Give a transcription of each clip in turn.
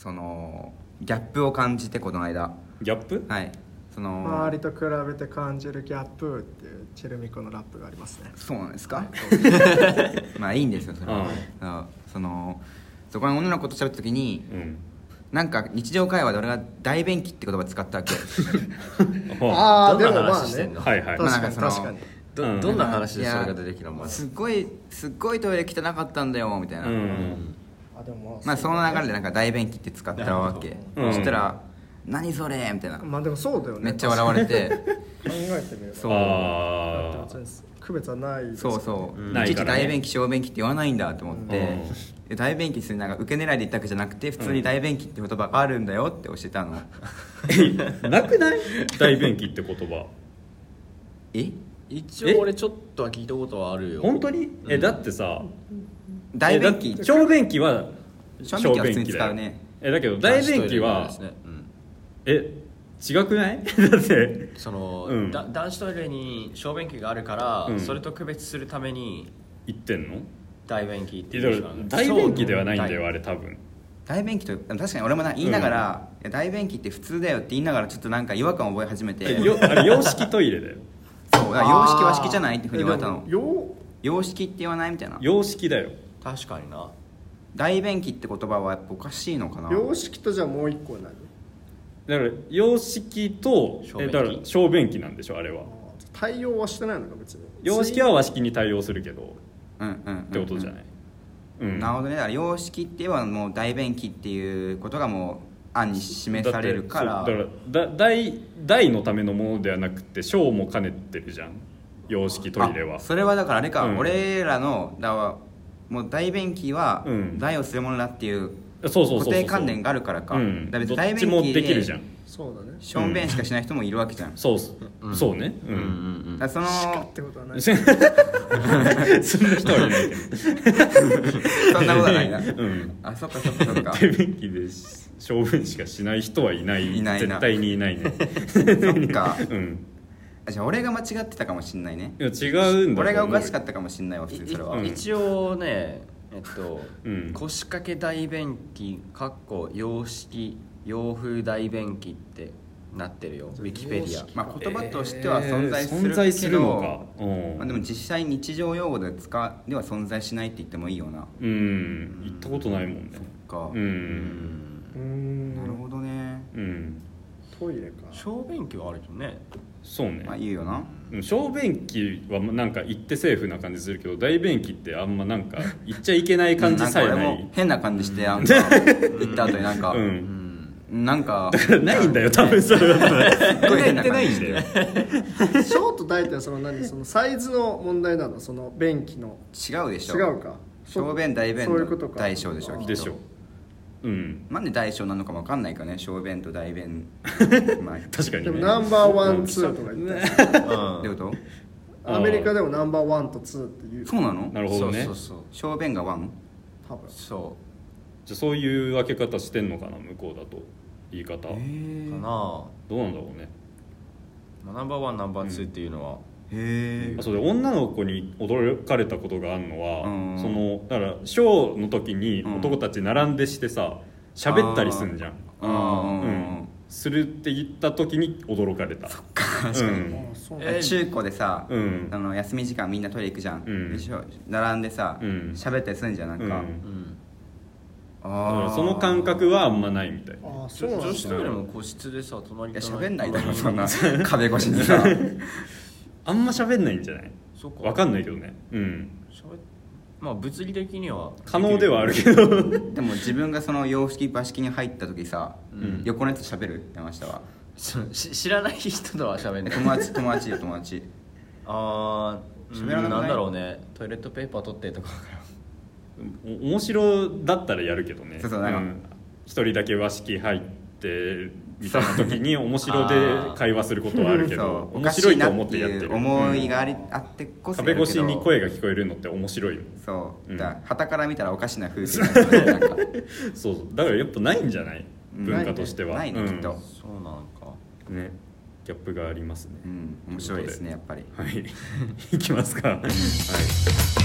そのギャップを感じて、この間ギャップ、 はい、その周りと比べて感じるギャップっていうチェルミコのラップがありますね。 そうなんですかまあいいんですよそれは、そこの女の子と喋った時に、なんか日常会話で俺が大便器って言葉使ったわけああでもまあね、 話してんの？ はいはい、 確かになんか確かに。 どんな話でそれが出てきたの？まずすっごいトイレ汚かったんだよみたいな、 あでもまあその流れでなんか大便器って使ったわけ、そしたら何それみたいな、 まあでもそうだよね。 めっちゃ笑われて考えてみればそうあ別に区別はないですそうそう、 ないからねいちいち大便器小便器って言わないんだと思って、で大便器するなんか受け狙いで言ったわけじゃなくて普通に大便器って言葉があるんだよって教えたの、 なくない大便器って言葉え一応俺ちょっとは聞いたことはあるよ。 本当に？だってさ、 大便器小便器は小便器は普通に使うね。 だけど大便器は男子トイレですね。 違くないだってその、 うん男子トイレに小便器があるから、 うんそれと区別するために言ってんの？ 大便器ってだからいうしかない。 大便器ではないんだよあれ多分。 大便器と確かに俺も言いながら、いや大便器って普通だよって言いながらちょっとなんか違和感を覚え始めて、 あれ洋式トイレだよ。 そうだから洋式和式じゃないってふうに言われたの。 よ洋式って言わないみたいな。 洋式だよ。 確かにな。 大便器って言葉はやっぱおかしいのかな。 様式とじゃあもう一個何？ だから洋式と小便器だから小便器なんでしょあれは。 対応はしてないのか別に。 洋式は和式に対応するけどってことじゃない。 なるほどね。だから洋式って言えばもう大便器っていうことがもう案に示されるからだから大のためのものではなくて小も兼ねてるじゃん洋式トイレは。 それはだからあれか、 うん俺らのだからもう大便器はうん大をするものだっていうそう固定観念があるからか、 うんだから別にどっ大便ちもで器きるじゃん。 そうだね。 しょんべんしかしない人もいるわけじゃん、 そうそうね。 だからそのってことはない。 そんな人はいないけど。 そんなことはないな、 うんあそっかそっかそっか大便器で小便しかしない人はいない。 いないな絶対にいないね。 そっかうん。 あじゃあ俺が間違ってたかもしんないね。 いや違うんだと思う。 俺がおかしかったかもしんないわ普通にそれは、 一応ねうん腰掛け大便器洋式洋風大便器ってなってるよウィキペディア。 まあ言葉としては存在するけど、 存在するのか。うんまあ、でも実際日常用語では存在しないって言ってもいいよな。 うん。行ったことないもんね。 か、 うん。 なるほどね。 うん。 トイレか。 小便器はあるよね。 そうねまあ。いいよな。 小便器はなんか言ってセーフな感じするけど大便器ってあんまなんか言っちゃいけない感じさえんかない俺も変な感じしてなんか言った後になんか、 うんなんかだからないんだよ多分それはすごい変な感じんだよ小と大ってその何そのサイズの問題なのその便器の。 違うでしょ。 違うか。 小便大便のそういうことか大小でしょきっとでしょうんなんで大小なのかも分かんないからね小便と大便まあ確かにねでもナンバーワンツーとか言ってどういうことアメリカでもナンバーワンとツーっていうそうなのなるほどねそうそう小便がワン多分。 そじゃあそういう分け方してんのかな向こうだと言い方どうかな。 うなんだろうねナンバーワンナンバーツーっていうのは、 へえそうで女の子に驚かれたことがあるのは、 うんそのだからショーの時に男たち並んでしてさ喋ったりすんじゃん、うんするって言った時に驚かれた。 確かに、 そう中古でさ、 うん休み時間みんなトイレ行くじゃん、 うんでしょ並んでさうん喋、ったりするんじゃんなんか、 うんうんだからその感覚はあんまないみたい。 ああそうなんだ。 女子トイレも個室でさ隣いやと喋んないだろそんな壁越しにさあんま喋んないんじゃないそうかわかんないけどね。うんまあ物理的には可能ではあるけどでも自分がその洋式和式に入った時さ、 ん横のやつ喋る山下は知らない人とは喋んない。 友達よ友達あー喋らなくないなんだろうねトイレットペーパー取ってとか面白だったらやるけどね。 そうなんか一人だけ和式入ってみたいな時に面白で会話することはあるけどそう面白いと思ってやってる。 思いがあってこそやるけど壁越しに声が聞こえるのって面白いの。 そううんだ旗から見たらおかしな風景なんかそうだからやっぱないんじゃない文化としては。 ないねきっとそうなんかねギャップがありますね。 面白いですねやっぱり。 はいいきますか。はい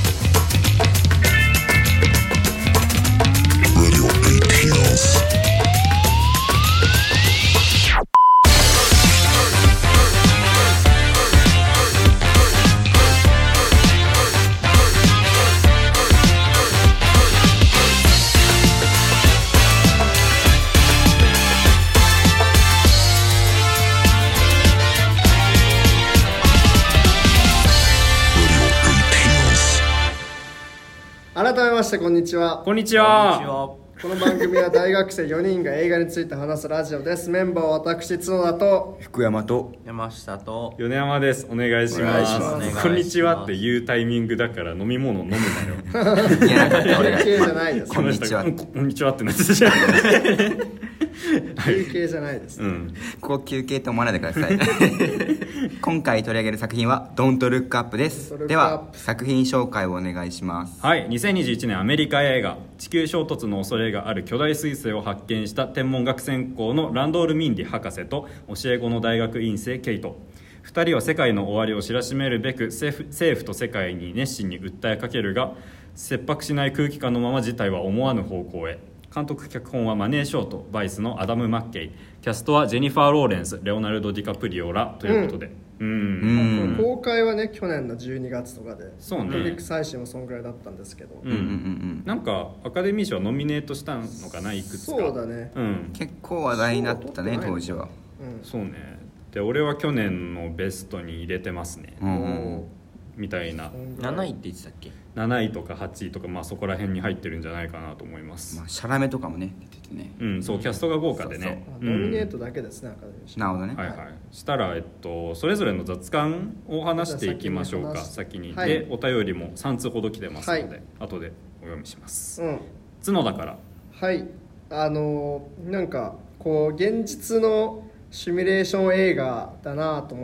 Radio 18 改めましてこんにちは。 こんにちは。 この番組は大学生4人が映画について話すラジオです。メンバーは私角田と福山と山下と米山です。お願いします。こんにちはって言うタイミングだから飲み物飲むなよ。 いやなかった俺が休憩じゃないです。 こんにちはこんにちはってなってたじゃん。 休憩じゃないです、 ここ休憩と思わないでください。今回取り上げる作品は Don't Look Up です。では作品紹介をお願いします。 はい、2021年アメリカ映画地球衝突の恐れがある巨大彗星を発見した天文学専攻のランドール・ミンディ博士と教え子の大学院生ケイト、2人は世界の終わりを知らしめるべく政府と世界に熱心に訴えかけるが、切迫しない空気感のまま事態は思わぬ方向へ。監督脚本はマネー・ショート、バイスのアダム・マッケイ、キャストはジェニファー・ローレンス、レオナルド・ディカプリオらということで、 公開はね去年の12月とかで、 そうね、 ネットフリックス配信もそんぐらいだったんですけど、 なんかアカデミー賞はノミネートしたのかな、いくつか。 そうだね、 結構話題になったね当時は。 そうね。で俺は去年のベストに入れてますね、みたいな。 7位って言ってたっけ。 7位とか8位とか、そこら辺に入ってるんじゃないかなと思います。 シャラメとかもね出ててね。 そう、キャストが豪華でね。 ノミネートだけですね、アカデミー賞。 なるほどね。 はいはい。したらそれぞれの雑感を話していきましょうか、先に。でお便りも3通ほど来てますので、後でお読みします。角だから。 はい、なんかこう現実のシミュレーション映画だなと思って、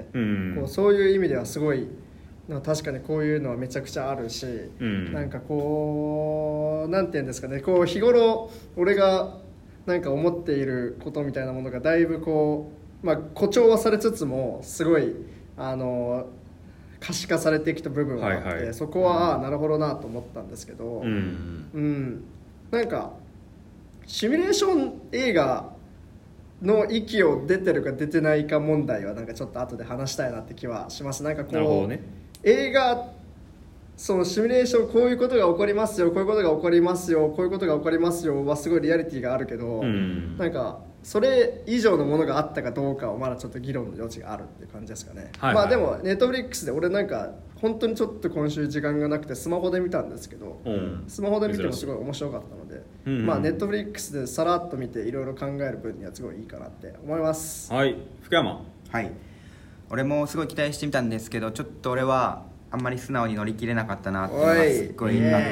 こうそういう意味ではすごい確かにこういうのはめちゃくちゃあるし、なんかこうなんていうんですかね、こう日頃俺がなんか思っていることみたいなものがだいぶこう、誇張はされつつもすごい可視化されてきた部分があって、そこはなるほどなと思ったんですけど、なんかシミュレーション映画の域を出てるか出てないか問題はなんかちょっと後で話したいなって気はします。なんかこう、映画そのシミュレーション、こういうことが起こりますよ、こういうことが起こりますよ、こういうことが起こりますよはすごいリアリティがあるけど、なんかそれ以上のものがあったかどうかはまだちょっと議論の余地があるっていう感じですかね。でもネットフリックスで俺なんか本当にちょっと今週時間がなくてスマホで見たんですけど、スマホで見てもすごい面白かったので、ネットフリックスでさらっと見ていろいろ考える分にはすごいいいかなって思います。 はい、福山。 はい、俺もすごい期待してみたんですけど、ちょっと俺はあんまり素直に乗り切れなかったなっていうのがすっごいあって、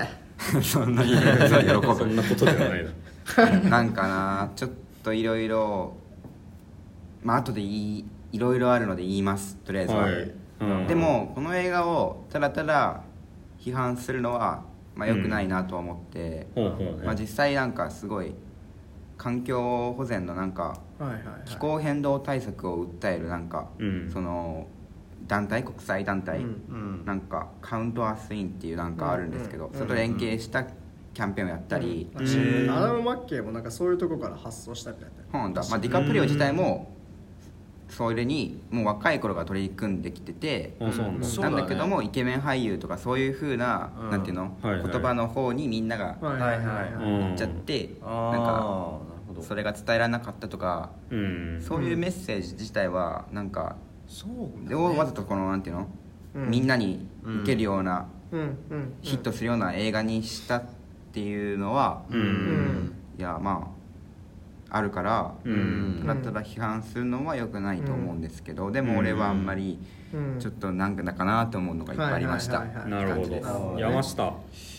そんな喜ぶそんなことではないな。 なんかな、ちょっといろいろ後でいろいろあるので言います、とりあえずは。でもこの映画をただただ批判するのは良くないなとは思って、実際なんかすごい環境保全のなんか気候変動対策を訴えるなんかその団体、国際団体なんかカウントアスインっていうなんかあるんですけど、それと連携したキャンペーンをやったり、 アダム・マッケイもなんかそういうとこから発想したみたいな。 ディカプリオ自体もそれにもう若い頃から取り組んできてて、なんだけどもイケメン俳優とかそういう風ななんていうの言葉の方にみんなが行っちゃって、なんかそれが伝えられなかったとか、そういうメッセージ自体はなんかわざとこのなんていうのみんなに受けるようなヒットするような映画にしたっていうのは、いやあるから、ただただ批判するのは良くないと思うんですけど、でも俺はあんまりちょっとなんかかなと思うのがいっぱいありました。 なるほど。山下。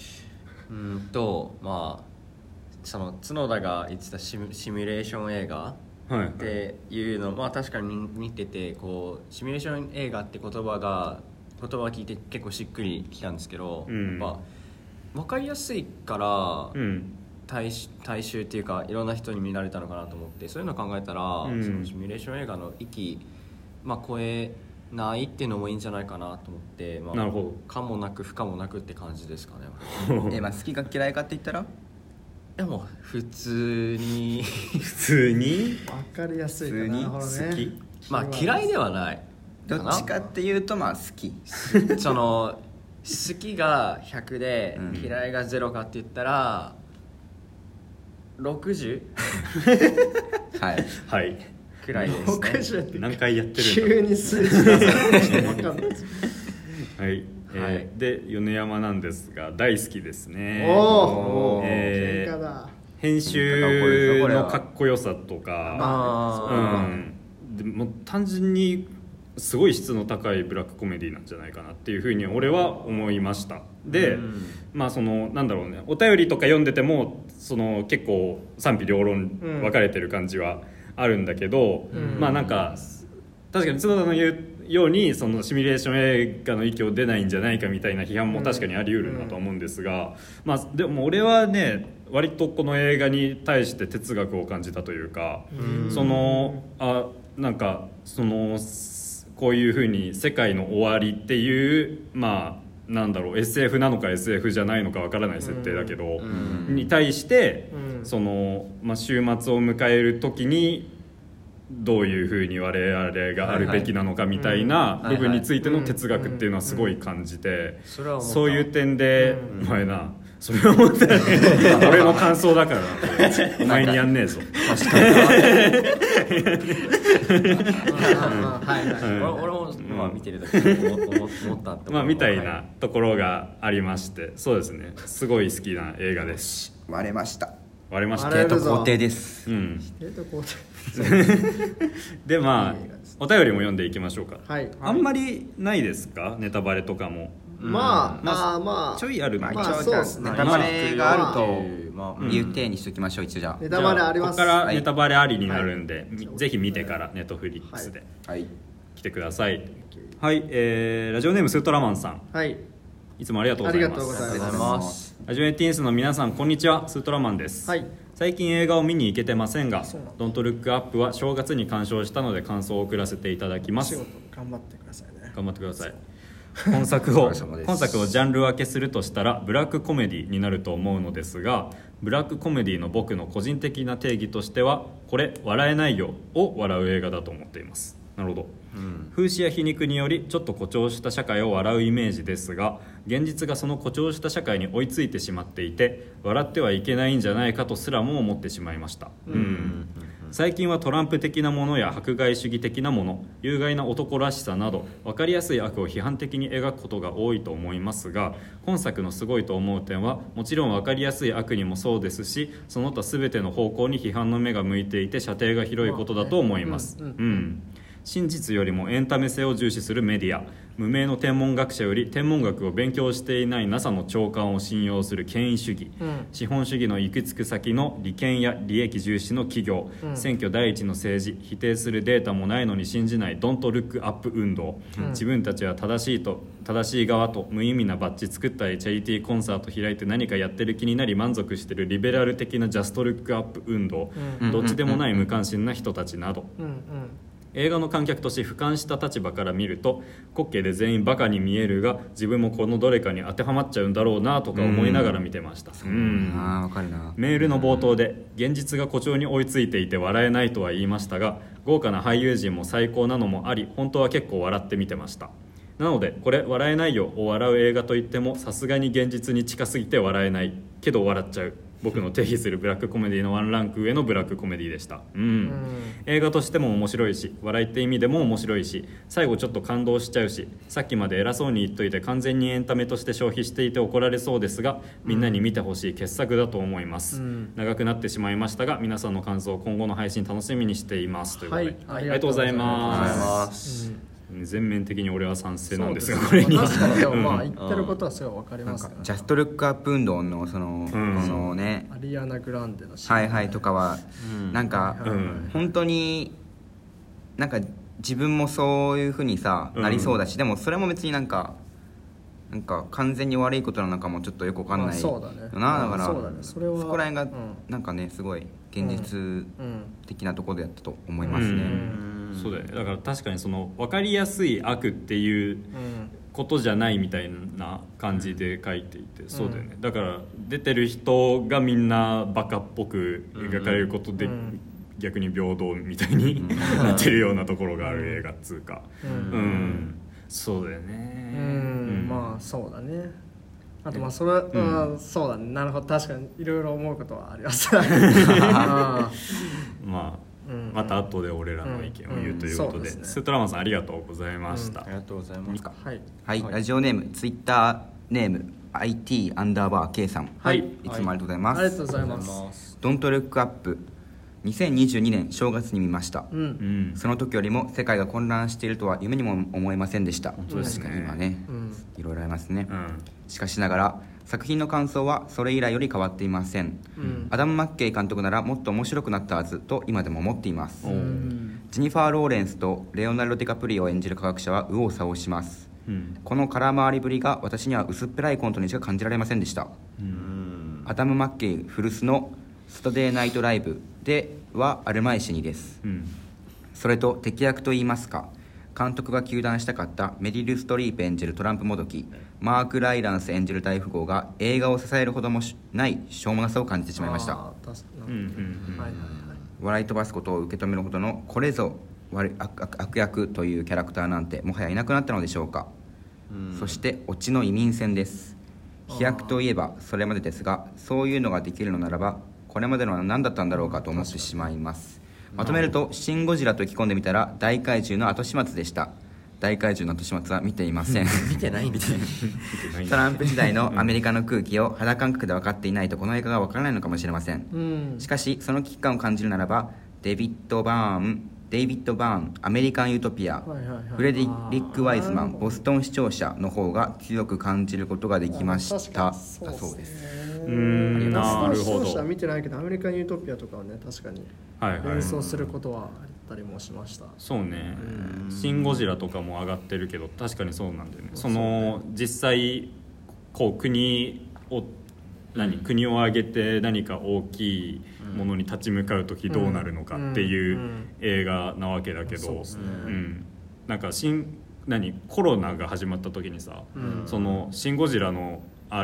その角田が言ってたシミュレーション映画っていうの、確かに見てて、こうシミュレーション映画って言葉を聞いて結構しっくりきたんですけど、分かりやすいから大衆っていうかいろんな人に見られたのかなと思って、そういうのを考えたら、そのシミュレーション映画の域、超えないっていうのもいいんじゃないかなと思って、 なるほど。 可もなく不可もなくって感じですかね。 好きか嫌いかって言ったらでも普通に普通に分かりやすいかな。 好き。 嫌いではない。 どっちかっていうと好き。 その好きが100で嫌いが0かって言ったら60 はいくらいですね。 60って何回やってるんだ。 急に数字出されて分かんない。 はい、 で米山なんですが大好きですね。編集のかっこよさとか、でも単純にすごい質の高いブラックコメディなんじゃないかなっていうふうに俺は思いました。で、まあそのなんだろうね、お便りとか読んでてもその結構賛否両論分かれてる感じはあるんだけど、まあなんか確かに角田の言うようにそのシミュレーション映画の域を出ないんじゃないかみたいな批判も確かにあり得るなと思うんですが、まあでも俺はね割とこの映画に対して哲学を感じたというか、そのなんかそのこういうふうに世界の終わりっていうまあなんだろう SF なのか SF じゃないのかわからない設定だけど、に対してその、まあ、週末を迎える時にどういうふうに我々があるべきなのかみたいな部分についての哲学っていうのはすごい感じて、そういう点でお前なそれは思ったね俺の感想だからなお前にやんねえぞ確かに俺もまあ見てるだけで思ったってまあみたいなところがありまして、そうですねすごい好きな映画です。 割れました。 割れました。 否定と肯定です。 否定と肯定でまあお便りも読んでいきましょうか。あんまりないですかネタバレとかも。 まあちょいある。 まあ一応じゃあネタバレがあるという体にしときましょう。一応じゃあネタバレあります。 ここからネタバレありになるんで、ぜひ見てからネットフリックスで来てください。はい、ラジオネームスートラマンさん。いつもありがとうございます。 ありがとうございます。 ラジオエティーンスの皆さんこんにちは、スートラマンです。最近映画を見に行けてませんが、ドントルックアップは正月に鑑賞したので感想を送らせていただきます。 頑張ってくださいね。 頑張ってください。今作をジャンル分けするとしたらブラックコメディになると思うのですが、ブラックコメディの僕の個人的な定義としては、これ笑えないよを笑う映画だと思っています。なるほど、風刺や皮肉によりちょっと誇張した社会を笑うイメージですが、現実がその誇張した社会に追いついてしまっていて笑ってはいけないんじゃないかとすらも思ってしまいました。最近はトランプ的なものや迫害主義的なもの、有害な男らしさなど分かりやすい悪を批判的に描くことが多いと思いますが、今作のすごいと思う点はもちろん分かりやすい悪にもそうですし、その他全ての方向に批判の目が向いていて射程が広いことだと思います。真実よりもエンタメ性を重視するメディア、無名の天文学者より天文学を勉強していない NASA の長官を信用する権威主義、資本主義の行き着く先の利権や利益重視の企業、選挙第一の政治、否定するデータもないのに信じないドントルックアップ運動、自分たちは正しい側と無意味なバッジ作ったりチャリティーコンサート開いて何かやってる気になり満足してるリベラル的なジャストルックアップ運動、どっちでもない無関心な人たちなど、映画の観客として俯瞰した立場から見ると滑稽で全員バカに見えるが、自分もこのどれかに当てはまっちゃうんだろうなとか思いながら見てました。 わかるな。 メールの冒頭で現実が誇張に追いついていて笑えないとは言いましたが、豪華な俳優陣も最高なのもあり本当は結構笑って見てました。なのでこれ笑えないよを笑う映画といってもさすがに現実に近すぎて笑えないけど笑っちゃう、僕の定義するブラックコメディのワンランク上のブラックコメディでした。映画としても面白いし笑いって意味でも面白いし、最後ちょっと感動しちゃうし、さっきまで偉そうに言っといて完全にエンタメとして消費していて怒られそうですが、みんなに見てほしい傑作だと思います。長くなってしまいましたが皆さんの感想を今後の配信楽しみにしていますということで、ありがとうございます。全面的に俺は賛成なんですが、これに確かにでもまあ言ってることはすごい分かりますね。 ジャストルックアップ運動のそのね、 アリアナ・グランデのシーンとかはなんか本当になんか自分もそういう風にさなりそうだし、でもそれも別になんか完全に悪いことなのかもちょっとよく分かんないよな。だからそこら辺がなんかねすごい現実的なところでやったと思いますね。 そうだよね。だから確かにその分かりやすい悪っていうことじゃないみたいな感じで書いていて、そうだよね。だから出てる人がみんなバカっぽく描かれることで逆に平等みたいになってるようなところがある映画っつうか、そうだよね。 まあそうだね。あとまあそれ、そうだね。なるほど、確かにいろいろ思うことはあります。 まあまた後で俺らの意見を言うということで、スートラマンさんありがとうございました。 ありがとうございます。 はい、ラジオネーム、ツイッターネーム IT_K さん、いつもありがとうございます。 ありがとうございます。 ドントルックアップ、2022年正月に見ました、その時よりも世界が混乱しているとは夢にも思えませんでした。確かに今ね、いろいろありますね、しかしながら作品の感想はそれ以来より変わっていません、アダム・マッケイ監督ならもっと面白くなったはずと今でも思っています、ジェニファー・ローレンスとレオナルド・ディカプリオを演じる科学者は右往左往します、この空回りぶりが私には薄っぺらいコントにしか感じられませんでした、アダム・マッケイ古巣のスタデーナイトライブではあるまいしにです、それと敵役といいますか、監督が糾弾したかったメリル・ストリープ演じるトランプもどき、マーク・ライランス演じる大富豪が映画を支えるほどもないしょうもなさを感じてしまいました。笑い飛ばすことを受け止めるほどのこれぞ悪役というキャラクターなんてもはやいなくなったのでしょうか、そしてオチの移民戦です。飛躍といえばそれまでですが、そういうのができるのならばこれまでのは何だったんだろうかと思ってしまいます。まとめると、シン・ゴジラと意気込んでみたら大怪獣の後始末でした。大怪獣の後始末は見ていません見てないみたいなトランプ時代のアメリカの空気を肌感覚で分かっていないとこの映画が分からないのかもしれません、しかしその危機感を感じるならばデイビッド・バーンアメリカン・ユートピア、フレデリック・ワイズマンボストン視聴者の方が強く感じることができました。そうです。 なるほど。視聴者は見てないけどアメリカン・ユートピアとかはね、確かに連想することはあったりもしました。 そうね、シン・ゴジラとかも上がってるけど確かにそうなんだよね。その実際こう国を挙げて何か大きいものに立ち向かう時どうなるのかっていう映画なわけだけど、なんかコロナが始まった時にさ、そのシン・ゴジラの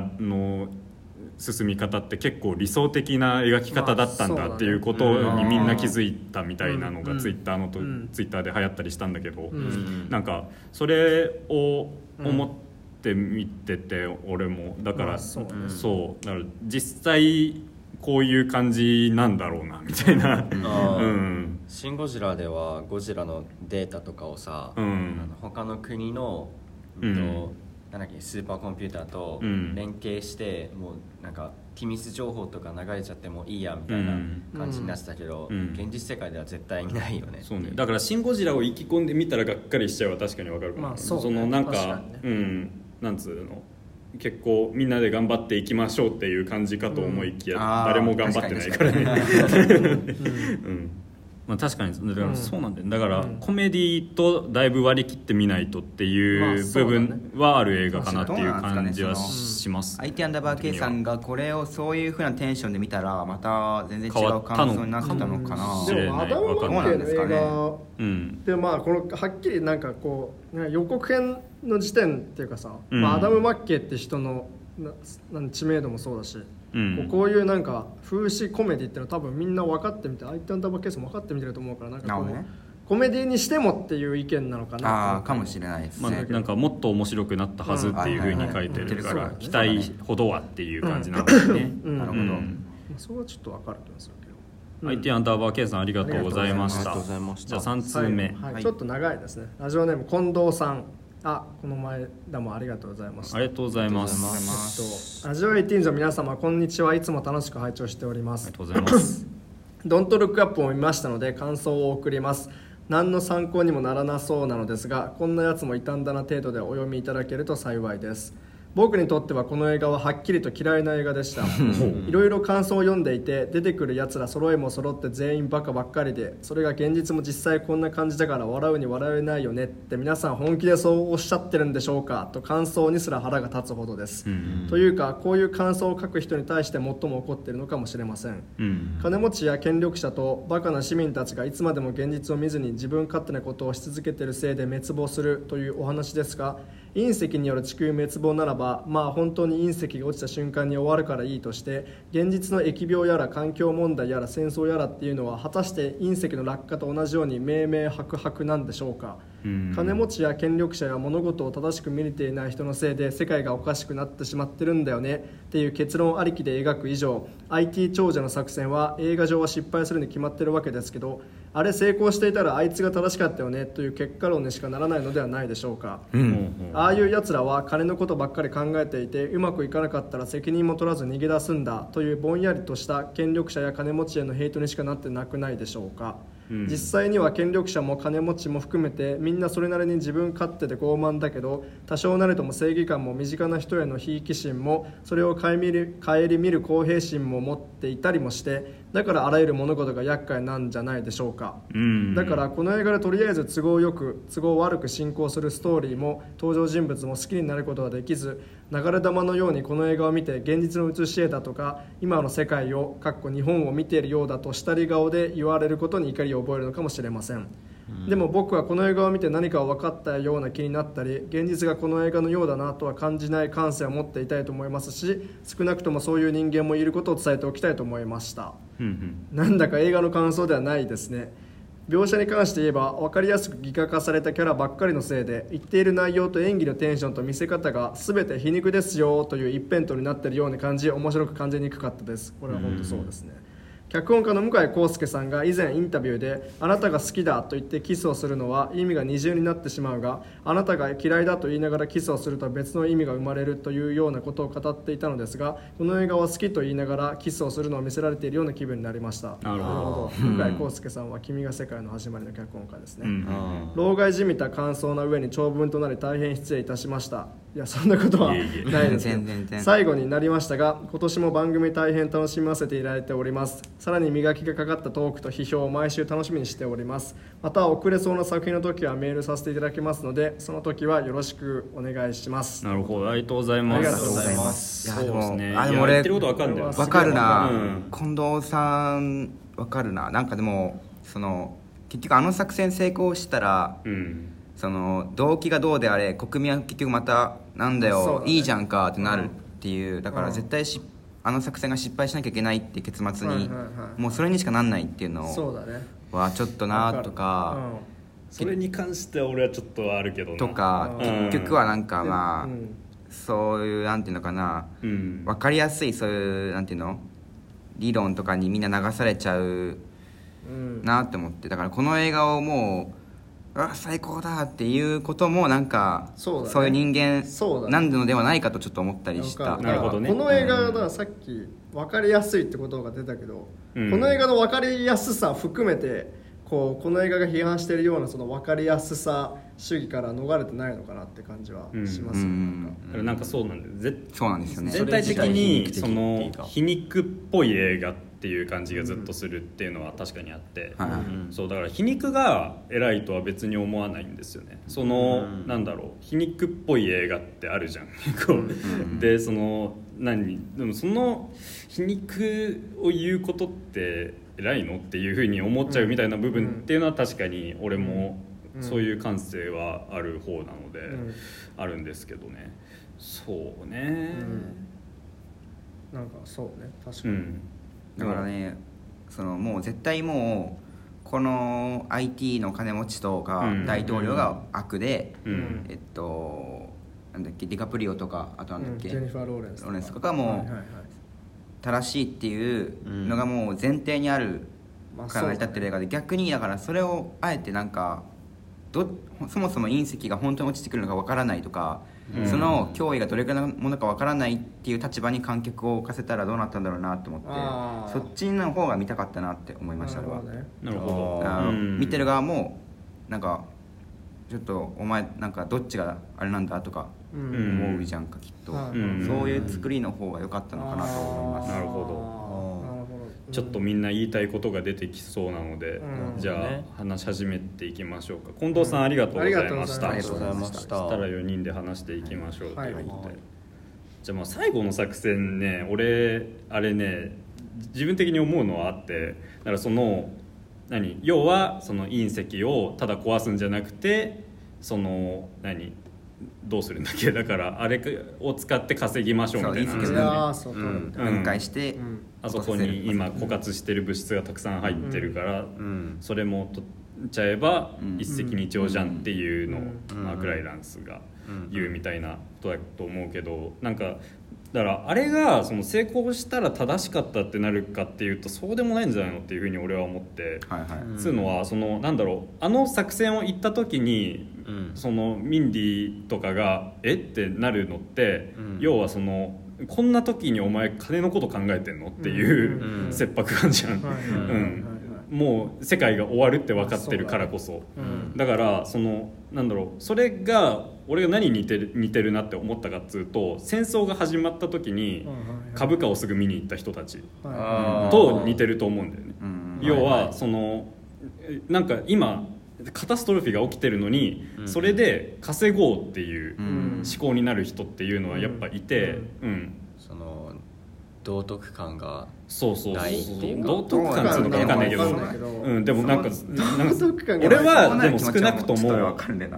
進み方って結構理想的な描き方だったんだっていうことにみんな気づいたみたいなのがツイッターで流行ったりしたんだけど、なんかそれを思って見てて俺もだから、そうだから実際こういう感じなんだろうなみたいなシン・ゴジラではゴジラのデータとかをさ、他の国のなんだっけスーパーコンピューターと連携して、もうなんか機密情報とか流れちゃってもいいやみたいな感じになってたけど、現実世界では絶対にないよね。 そうね、だからシン・ゴジラを意気込んでみたらがっかりしちゃうは確かに分かるかも、そのなんかなんつうの、結構みんなで頑張っていきましょうっていう感じかと思いきや、誰も頑張ってないからねまあ確かにだからそうなんだよ。だからコメディとだいぶ割り切ってみないとっていう部分はある映画かなっていう感じはします。 IT_Kさんがこれをそういう風なテンションで見たらまた全然違う感想になったのかな。 でもアダム・マッケイの映画で、まあこのはっきりなんかこう予告編の時点っていうかさ、アダム・マッケイって人の知名度もそうだし、こういうなんか風刺コメディっていうのは多分みんな分かってみて、IT_Kさんも分かってみてると思うから、なんかこうコメディにしてもっていう意見なのかなかもしれないですね。 なんかもっと面白くなったはずっていう風に書いてるから、期待ほどはっていう感じなんですね。 なるほど。 それはちょっと分かると思いますよ。 IT_Kさんありがとうございました。じゃあ3通目、 ちょっと長いですね。ラジオネーム近藤さん、この前だもありがとうございました。 ありがとうございます。 ラジオ18の皆様こんにちは。いつも楽しく拝聴しております。 ありがとうございますドントルックアップを見ましたので感想を送ります。何の参考にもならなそうなのですが、こんなやつも傷んだな程度でお読みいただけると幸いです。僕にとってはこの映画ははっきりと嫌いな映画でした。いろいろ感想を読んでいて、出てくるやつら揃いも揃って全員バカばっかりで、それが現実も実際こんな感じだから笑うに笑えないよねって皆さん本気でそうおっしゃってるんでしょうかと感想にすら腹が立つほどです、というかこういう感想を書く人に対して最も怒っているのかもしれません、金持ちや権力者とバカな市民たちがいつまでも現実を見ずに自分勝手なことをし続けているせいで滅亡するというお話ですが、隕石による地球滅亡ならば、まあ本当に隕石が落ちた瞬間に終わるからいいとして、現実の疫病やら環境問題やら戦争やらっていうのは果たして隕石の落下と同じように明々白々なんでしょうか。金持ちや権力者や物事を正しく見れていない人のせいで世界がおかしくなってしまってるんだよねっていう結論ありきで描く以上、 IT 長者の作戦は映画上は失敗するに決まってるわけですけど、 あれ成功していたらあいつが正しかったよねという結果論にしかならないのではないでしょうか、ああいうやつらは金のことばっかり考えていてうまくいかなかったら責任も取らず逃げ出すんだというぼんやりとした権力者や金持ちへのヘイトにしかなってなくないでしょうか。実際には権力者も金持ちも含めてみんなそれなりに自分勝手で傲慢だけど、多少なりとも正義感も身近な人へのひいき心もそれを顧みる公平心も持っていたりもして、だからあらゆる物事が厄介なんじゃないでしょうか。だからこの映画でとりあえず都合悪く進行するストーリーも登場人物も好きになることができず、流れ弾のようにこの映画を見て現実の写し絵だとか今の世界を日本を見ているようだと下り顔で言われることに怒りを覚えるのかもしれません。でも僕はこの映画を見て何かを分かったような気になったり、現実がこの映画のようだなとは感じない感性を持っていたいと思いますし、少なくともそういう人間もいることを伝えておきたいと思いました。なんだか映画の感想ではないですね。描写に関して言えば分かりやすく擬化化されたキャラばっかりのせいで、言っている内容と演技のテンションと見せ方が全て皮肉ですよという一辺倒になっているように感じ、面白く感じにくかったです。これは本当そうですね。脚本家の向井康介さんが以前インタビューで、あなたが好きだと言ってキスをするのは意味が二重になってしまうが、あなたが嫌いだと言いながらキスをすると別の意味が生まれるというようなことを語っていたのですが、この映画は好きと言いながらキスをするのを見せられているような気分になりました。なるほど。向井康介さんは君が世界の始まりの脚本家ですね。老害じみた感想な上に長文となり大変失礼いたしました。いや、そんなことはないですよ。最後になりましたが、今年も番組大変楽しませていただいております。さらに磨きがかかったトークと批評を毎週楽しみにしております。また遅れそうな作品の時はメールさせていただきますので、その時はよろしくお願いします。 なるほど、ありがとうございます。 ありがとうございます。 そうですね。 でも俺言ってることわかるんだよ。 わかるな、近藤さんわかるな。なんかでも結局あの作戦成功したら、その動機がどうであれ国民は結局またなんだよ、いいじゃんかってなるっていう、だから絶対あの作戦が失敗しなきゃいけないって結末に、もうそれにしかなんないっていうのはちょっとなとか、 それに関しては俺はちょっとあるけどなとか、結局はなんかまあそういうなんていうのかな、分かりやすいそういうなんていうの理論とかにみんな流されちゃうなって思って、だからこの映画をもう最高だっていうこともなんかそういう人間なんのではないかとちょっっと思ったりした。 なるほどね。この映画がさっき分かりやすいってことが出たけど、この映画の分かりやすさ含めてこの映画が批判しているようなその分かりやすさ主義から逃れてないのかなって感じはしますよね。 なんかそうなんです。 そうなんですよね。 全体的にその皮肉っぽい映画っていう感じがずっとするっていうのは確かにあって、そうだから皮肉が偉いとは別に思わないんですよね。そのなんだろう、皮肉っぽい映画ってあるじゃん。ででもその皮肉を言うことって偉いのっていうふうに思っちゃうみたいな部分っていうのは確かに俺もそういう感性はある方なのであるんですけどね。そうね、 なんかそうね、確かに、 だからね、もう絶対もうこの IT の金持ちとか大統領が悪で、なんだっけディカプリオとかあとなんだっけ、 ジェニファー・ローレンスとかも正しいっていうのがもう前提にあるから成り立ってる映画で、逆にだからそれをあえてなんかそもそも隕石が本当に落ちてくるのかわからないとか、その脅威がどれくらいのものかわからないっていう立場に観客を置かせたらどうなったんだろうなと思って、そっちの方が見たかったなって思いました。なるほど。 見てる側もなんかちょっとお前なんかどっちがあれなんだとか思うじゃんか、きっと。そういう作りの方が良かったのかなと思います。 なるほど。ちょっとみんな言いたいことが出てきそうなので、じゃあ話し始めていきましょうか。近藤さん、ありがとうございました。 ありがとうございました。 そしたら4人で話していきましょうということで、じゃあ最後の作戦ね、俺あれね自分的に思うのはあって、だから要はその隕石をただ壊すんじゃなくて、どうするんだっけ、だからあれを使って稼ぎましょうみたいな話で、 分解してあそこに今枯渇してる物質がたくさん入ってるから、それも取っちゃえば一石二鳥じゃんっていうのをクライランスが言うみたいなことだと思うけど、なんかだからあれがその成功したら正しかったってなるかっていうとそうでもないんじゃないのっていうふうに俺は思って、はいはい、つうのはそのなんだろうあの作戦を言った時に、そのミンディとかがってなるのって、要はそのこんな時にお前金のこと考えてんのっていう切迫感じゃん。もう世界が終わるって分かってるからこそ、だからそのなんだろうそれが俺が何に似てるなって思ったかっつうと戦争が始まった時に株価をすぐ見に行った人たちと似てると思うんだよね。要はそのなんか今カタストロフィーが起きてるのにそれで稼ごうっていう思考になる人っていうのはやっぱいて、 その道徳感がないっていうか道徳感っていうのか分かんないけど、でもなんか俺はでも少なくとも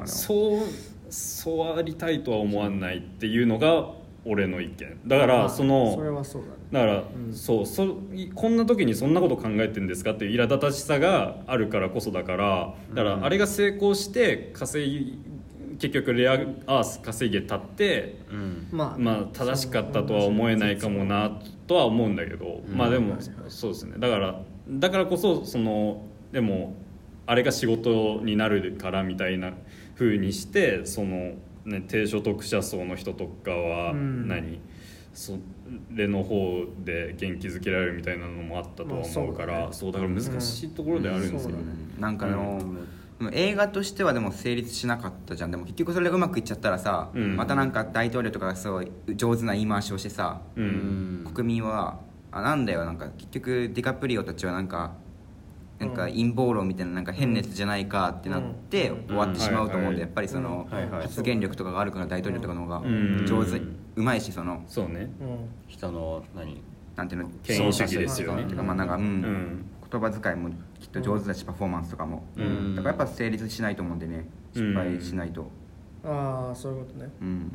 そうありたいとは思わないっていうのが俺の意見だからそれはそうだね。だからこんな時にそんなこと考えてるんですかっていう苛立たしさがあるからこそだからあれが成功して結局レアアース稼げたって、まあ正しかったとは思えないかもなとは思うんだけど、まあでもそうですね。だからこそそのでもあれが仕事になるからみたいな風にしてそのね低所得者層の人とかはそれの方で元気づけられるみたいなのもあったとは思うから、そうだから難しいところであるんですよね。 なんか映画としてはでも成立しなかったじゃん。でも結局それがうまくいっちゃったらさ、またなんか大統領とかがすごい上手な言い回しをしてさ、国民はなんだよなんか結局ディカプリオたちはなんか陰謀論みたいななんか変なやつじゃないかってなって終わってしまうと思うんで、やっぱりその発言力とかがあるから大統領とかの方が上手うまいし、そのそうね人のなんていうの権威主義ですよね。 まあなんか言葉遣いもきっと上手だしパフォーマンスとかもだからやっぱ成立しないと思うんでね、失敗しないと。 ああそういうことね。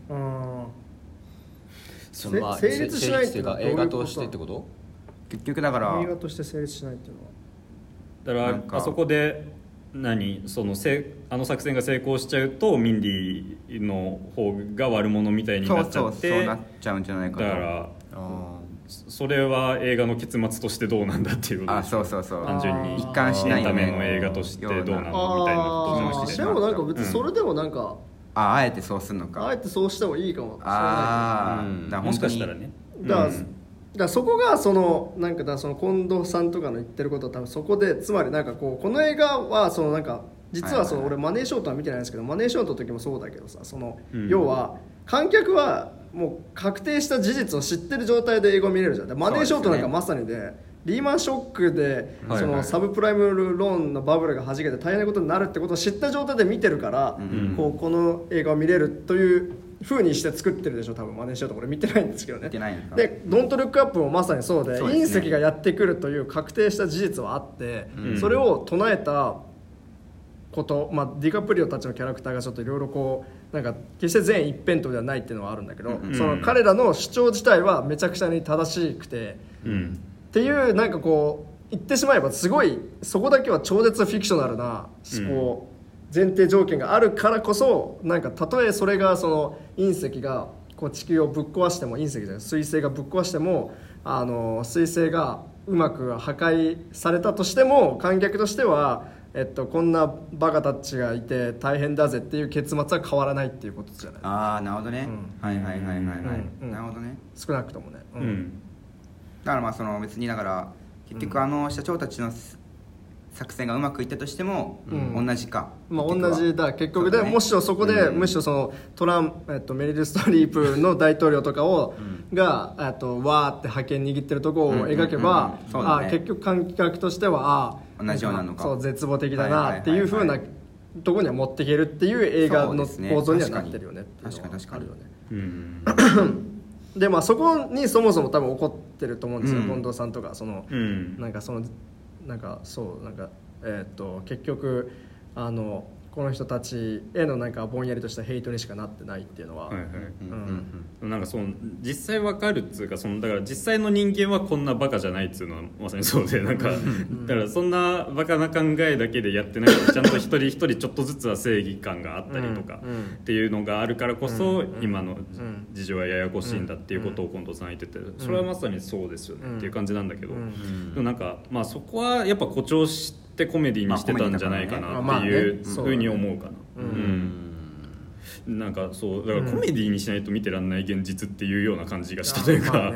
成立しないっていうか映画としてってこと？ 結局だから映画として成立しないっていうのはだからあそこでそのあの作戦が成功しちゃうとミンディの方が悪者みたいになっちゃってそうなっちゃうんじゃないかと。 だからそれは映画の結末としてどうなんだっていうことでしょ。 そう単純に一貫しないエンタメの映画としてどうなんだみたいなことでもなんか別にそれでもなんかあえてそうするのか、 あえてそうしてもいいかも。 もしかしたらね。 だからそこがそのなんかその近藤さんとかの言ってることは多分そこでつまりなんかこの映画はそのなんか実はその俺マネーショートは見てないんですけどマネーショートの時もそうだけどさその要は観客はもう確定した事実を知ってる状態で映画を見れるじゃん。でマネーショートなんかまさにでリーマンショックでそのサブプライムローンのバブルが弾けて大変なことになるってことを知った状態で見てるからこの映画を見れるという風にして作ってるでしょ多分マネーショート。これ見てないんですけどね。でドントルックアップもまさにそうで隕石がやってくるという確定した事実はあってそれを唱えたこと、ディカプリオたちのキャラクターがちょっといろいろこうなんか決して全一辺倒ではないっていうのはあるんだけど、その彼らの主張自体はめちゃくちゃに正しくて、っていうなんかこう言ってしまえばすごいそこだけは超絶フィクショナルな思考、前提条件があるからこそなんかたとえそれがその隕石がこう地球をぶっ壊しても隕石じゃない彗星がぶっ壊しても彗星がうまく破壊されたとしても観客としてはこんなバカたちがいて大変だぜっていう結末は変わらないっていうことじゃない。 ああなるほどね、はいなるほどね。 少なくともね、 だからまあその別にだから結局社長たちの作戦がうまくいったとしても同じか、 同じだ結局で、もしろそこでむしろそのメリル・ストリープの大統領とかがわーって覇権握ってるところを描けば結局観客としては同じようなのかそう絶望的だなっていう風なところには持っていけるっていう映画の構造にはなってるよねっていうのはあるよね。でそこにそもそも多分怒ってると思うんですよ、近藤さんとか結局この人たちへのなんかぼんやりとしたヘイトにしかなってないっていうのは、 なんかその実際わかるっつうか、そのだから実際の人間はこんなバカじゃないっつうのはまさにそうで、なんかだからそんなバカな考えだけでやってないとちゃんと一人一人ちょっとずつは正義感があったりとかっていうのがあるからこそ今の事情はややこしいんだっていうことを近藤さん言ってて、それはまさにそうですよねっていう感じなんだけど、でもなんかまあそこはやっぱ誇張してコメディにしてたんじゃないかなっていうふうに思うかな。なんかそうだからコメディにしないと見てらんない現実っていうような感じがしたというか、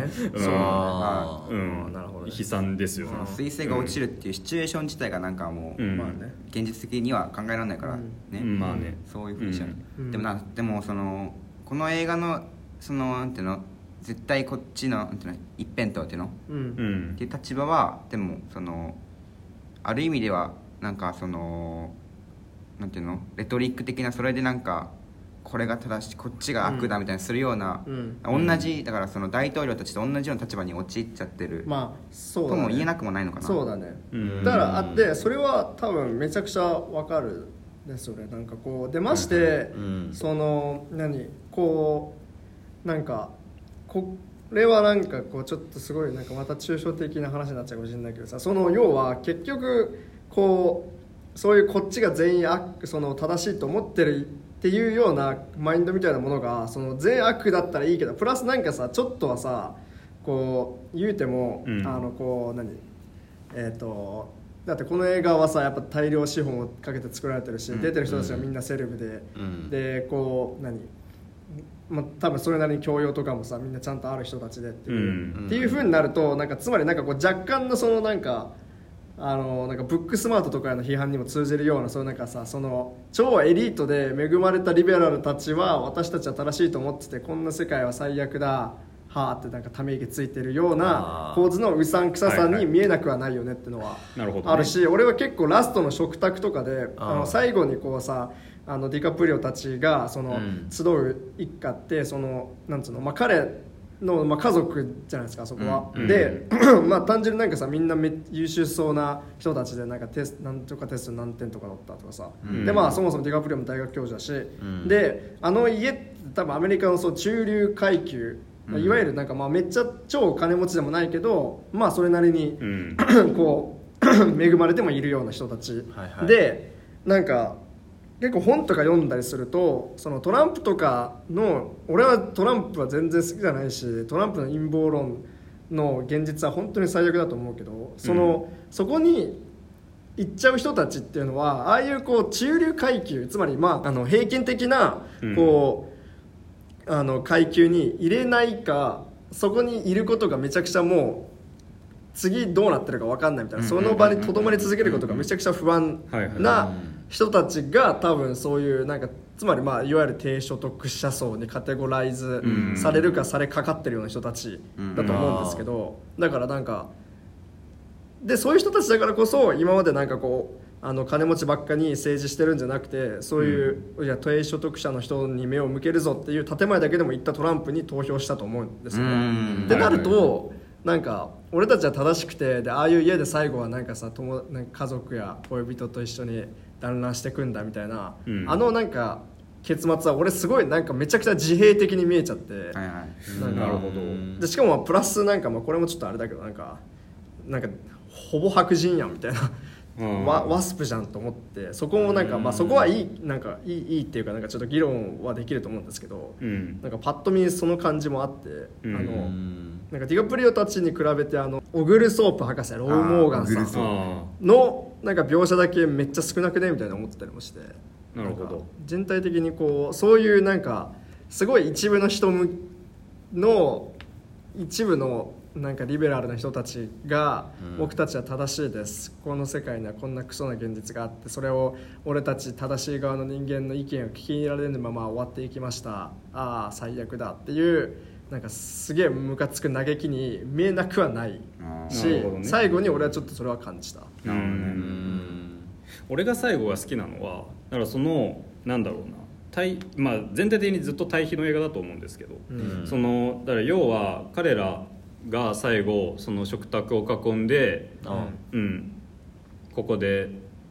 悲惨ですよね。 彗星が落ちるっていうシチュエーション自体がなんかもう現実的には考えられないからね、 まあね、 そういうふうにしちゃう。でもそのこの映画のそのなんていうの、絶対こっちのなんていうの一辺倒っていうのっていう立場は、でもそのある意味ではなんかそのなんていうのレトリック的な、それでなんかこれが正しいこっちが悪だみたいにするような、同じだからその大統領たちと同じような立場に陥っちゃってる、 まあそうだね、 とも言えなくもないのかな。 そうだね、だからあってそれは多分めちゃくちゃわかるですよね。なんかこう出まして、そのこうなんかこれはなんかこうちょっとすごいなんかまた抽象的な話になっちゃうかもしれないけどさ、その要は結局こうそういうこっちが全員その正しいと思ってるっていうようなマインドみたいなものが、その全悪だったらいいけどプラスなんかさちょっとはさこう言うても、こうだってこの映画はさやっぱ大量資本をかけて作られてるし、出てる人たちはみんなセレブで、でこう多分それなりに教養とかもさみんなちゃんとある人たちでっていう風になると、なんかつまりなんかこう若干のそのなんかなんかブックスマートとかへの批判にも通じるような、そういうなんかさその超エリートで恵まれたリベラルたちは私たちは正しいと思ってて、こんな世界は最悪だはーってなんかため息ついてるような構図のうさんくささに見えなくはないよねっていうのはあるし、俺は結構ラストの食卓とかで最後にこうさディカプリオたちがその集う一家ってそのなんつうの、彼の家族じゃないですかそこは、で単純になんかさみんな優秀そうな人たちでなんかなんとかテスト何点とかだったとかさ、でそもそもディカプリオも大学教授だし、で家って多分アメリカのそう中流階級、いわゆるなんかめっちゃ超金持ちでもないけどそれなりにこう恵まれてもいるような人たち、でなんか結構本とか読んだりすると、そのトランプとかの、俺はトランプは全然好きじゃないし、トランプの陰謀論の現実は本当に最悪だと思うけど、そこに行っちゃう人たちっていうのはああいうこう中流階級、つまり平均的なこう、階級に入れないか、そこにいることがめちゃくちゃもう次どうなってるか分かんないみたいな、その場にとどまり続けることがめちゃくちゃ不安な人たちが多分そういうなんか、つまりいわゆる低所得者層にカテゴライズされるかされかかってるような人たちだと思うんですけど、だからなんかでそういう人たちだからこそ今までなんかこう金持ちばっかに政治してるんじゃなくて、そういう、いや低所得者の人に目を向けるぞっていう建前だけでも言ったトランプに投票したと思うんですよね。ってなるとなんか俺たちは正しくて、でああいう家で最後はなんかさなんか家族や恋人と一緒に団らんしてくんだみたいな、なんか結末は俺すごいなんかめちゃくちゃ自閉的に見えちゃって、なるほど。でしかもプラスなんかこれもちょっとあれだけどなんかほぼ白人やんみたいなワスプじゃんと思って、そこもなんかそこはいいなんかいいっていうかなんかちょっと議論はできると思うんですけど、なんかパッと見その感じもあって、なんかディカプリオたちに比べてオグルソープ博士ロー・モーガンさんのなんか描写だけめっちゃ少なくねみたいな思ってたりもして、 なるほど。 全体的にこうそういうなんかすごい一部の人の一部のなんかリベラルな人たちが、僕たちは正しいです、この世界にはこんなクソな現実があって、それを俺たち正しい側の人間の意見を聞き入れられぬまま終わっていきました、ああ最悪だっていうなんかすげえムカつく嘆きに見えなくはないし、最後に俺はちょっとそれは感じた。 俺が最後が好きなのはだからそのなんだろうな、全体的にずっと対比の映画だと思うんですけど、そのだから要は彼らが最後その食卓を囲んで、ここで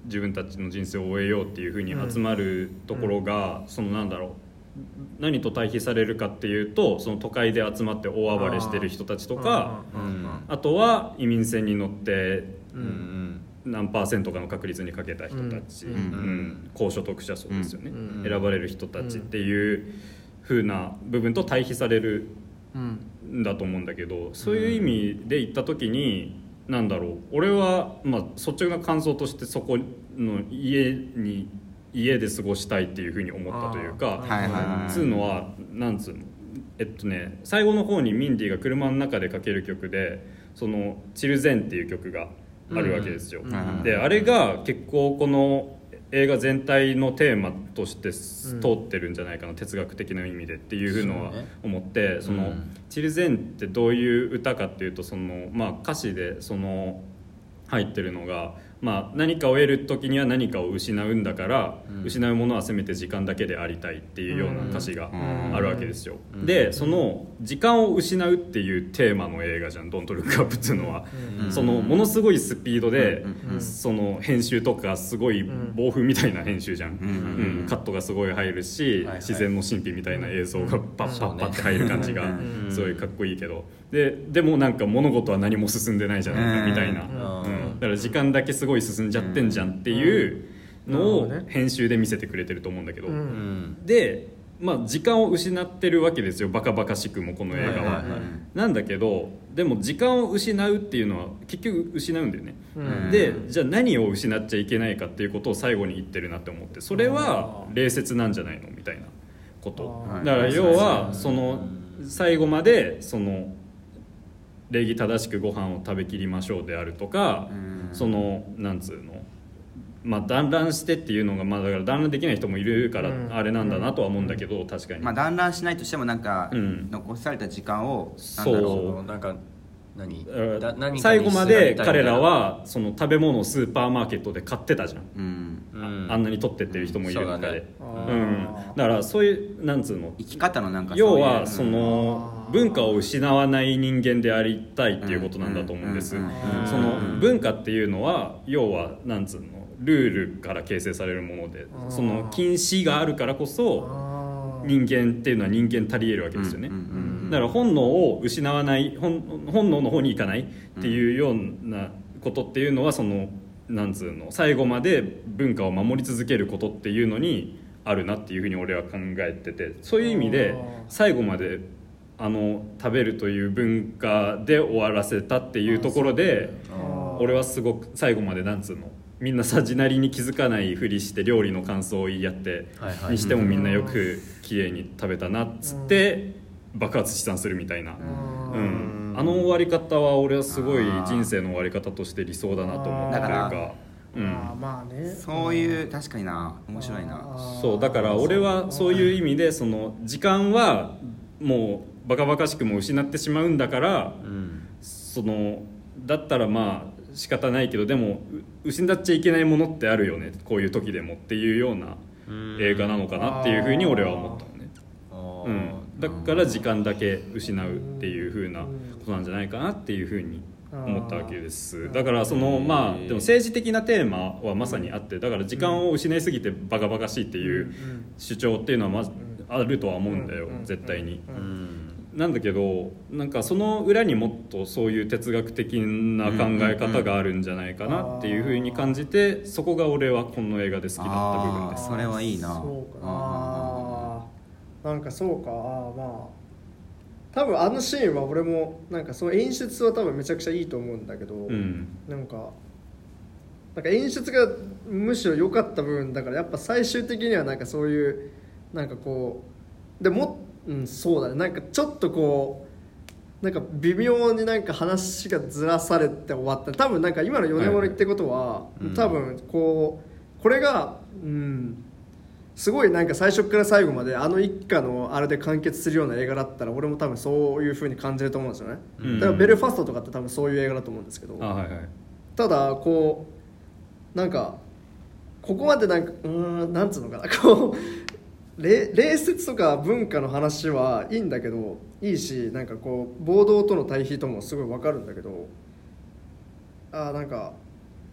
自分たちの人生を終えようっていうふうに集まるところが、そのなんだろう、何と対比されるかっていうと、その都会で集まって大暴れしてる人たちとか、あとは移民船に乗って何%かの確率にかけた人たち、高所得者層ですよね、選ばれる人たちっていう風な部分と対比されるんだと思うんだけど、そういう意味で言った時になんだろう、俺はまあ率直な感想としてそこの家で過ごしたいっていう風に思ったというか、つうのはなんつうの、最後の方にミンディが車の中でかける曲でそのチルゼンっていう曲があるわけですよ、であれが結構この映画全体のテーマとして通ってるんじゃないかな、哲学的な意味でっていうのは思って、そのチルゼンってどういう歌かっていうと、そのまあ歌詞でその入ってるのが、まあ、何かを得る時には何かを失うんだから、失うものはせめて時間だけでありたいっていうような歌詞があるわけですよ、でその時間を失うっていうテーマの映画じゃん、ドントルックアップっていうのは、そのものすごいスピードで、その編集とかすごい暴風みたいな編集じゃん、カットがすごい入るし、自然の神秘みたいな映像がパッパッパッって入る感じがすごいかっこいいけど、でもなんか物事は何も進んでないじゃないかみたいな、だから時間だけすごい進んじゃってんじゃんっていうのを編集で見せてくれてると思うんだけど、で、まあ、時間を失ってるわけですよ、バカバカしくもこの映画は、なんだけどでも時間を失うっていうのは結局失うんだよね、でじゃあ何を失っちゃいけないかっていうことを最後に言ってるなって思って、それは礼節なんじゃないのみたいなこと、だから要はその最後までその礼儀正しくご飯を食べきりましょうであるとか、そのなんつうの、まあ団らんしてっていうのが、まあだから団らんできない人もいるからあれなんだなとは思うんだけど、確かにまあ団らんしないとしてもなんか残された時間をなんだろう、なんか何最後まで彼らはその食べ物をスーパーマーケットで買ってたじゃん、あんなに取ってってる人もいる中で、だからそういうなんつうの生き方のなんか要はその文化を失わない人間でありたいっていうことなんだと思うんです。その文化っていうのは要はなんつうのルールから形成されるもので、その禁止があるからこそ人間っていうのは人間足り得るわけですよね、だから本能を失わない、本能の方に行かないっていうようなことっていうのは、そのなんつうの最後まで文化を守り続けることっていうのにあるなっていうふうに俺は考えてて、そういう意味で最後まで食べるという文化で終わらせたっていうところで、俺はすごく最後までなんつうのみんなさじなりに気づかないふりして料理の感想を言い合ってにしてもみんなよく綺麗に食べたなっつって爆発試算するみたいな、あの終わり方は俺はすごい人生の終わり方として理想だなと思ってるか、 まあね、 そういう確かにな面白いな、 そうだから俺はそういう意味でその時間はもうバカバカしくも失ってしまうんだから、そのだったらまあ仕方ないけどでも失っちゃいけないものってあるよねこういう時でもっていうような映画なのかなっていうふうに俺は思ったのね、だから時間だけ失うっていうふうなことなんじゃないかなっていうふうに思ったわけです。だからそのまあでも政治的なテーマはまさにあって、だから時間を失いすぎてバカバカしいっていう主張っていうのはまずあるとは思うんだよ絶対に、なんだけどなんかその裏にもっとそういう哲学的な考え方があるんじゃないかなっていうふうに感じて、そこが俺はこの映画で好きだった部分です。 それはいいな。 そうかなんかそうかまあ多分あのシーンは俺もなんかその演出は多分めちゃくちゃいいと思うんだけど、なんか演出がむしろ良かった部分だからやっぱ最終的にはなんかそういうなんかこうでもそうだね、なんかちょっとこうなんか微妙になんか話がずらされて終わった。多分なんか今の米森ってことは、多分これがすごいなんか最初から最後まであの一家のあれで完結するような映画だったら俺も多分そういう風に感じると思うんですよね、だからベルファストとかって多分そういう映画だと思うんですけど、ただこうなんかここまでなんかなんつうのかなこう礼節とか文化の話はいいんだけどいいし、なんかこう暴動との対比ともすごい分かるんだけどなんか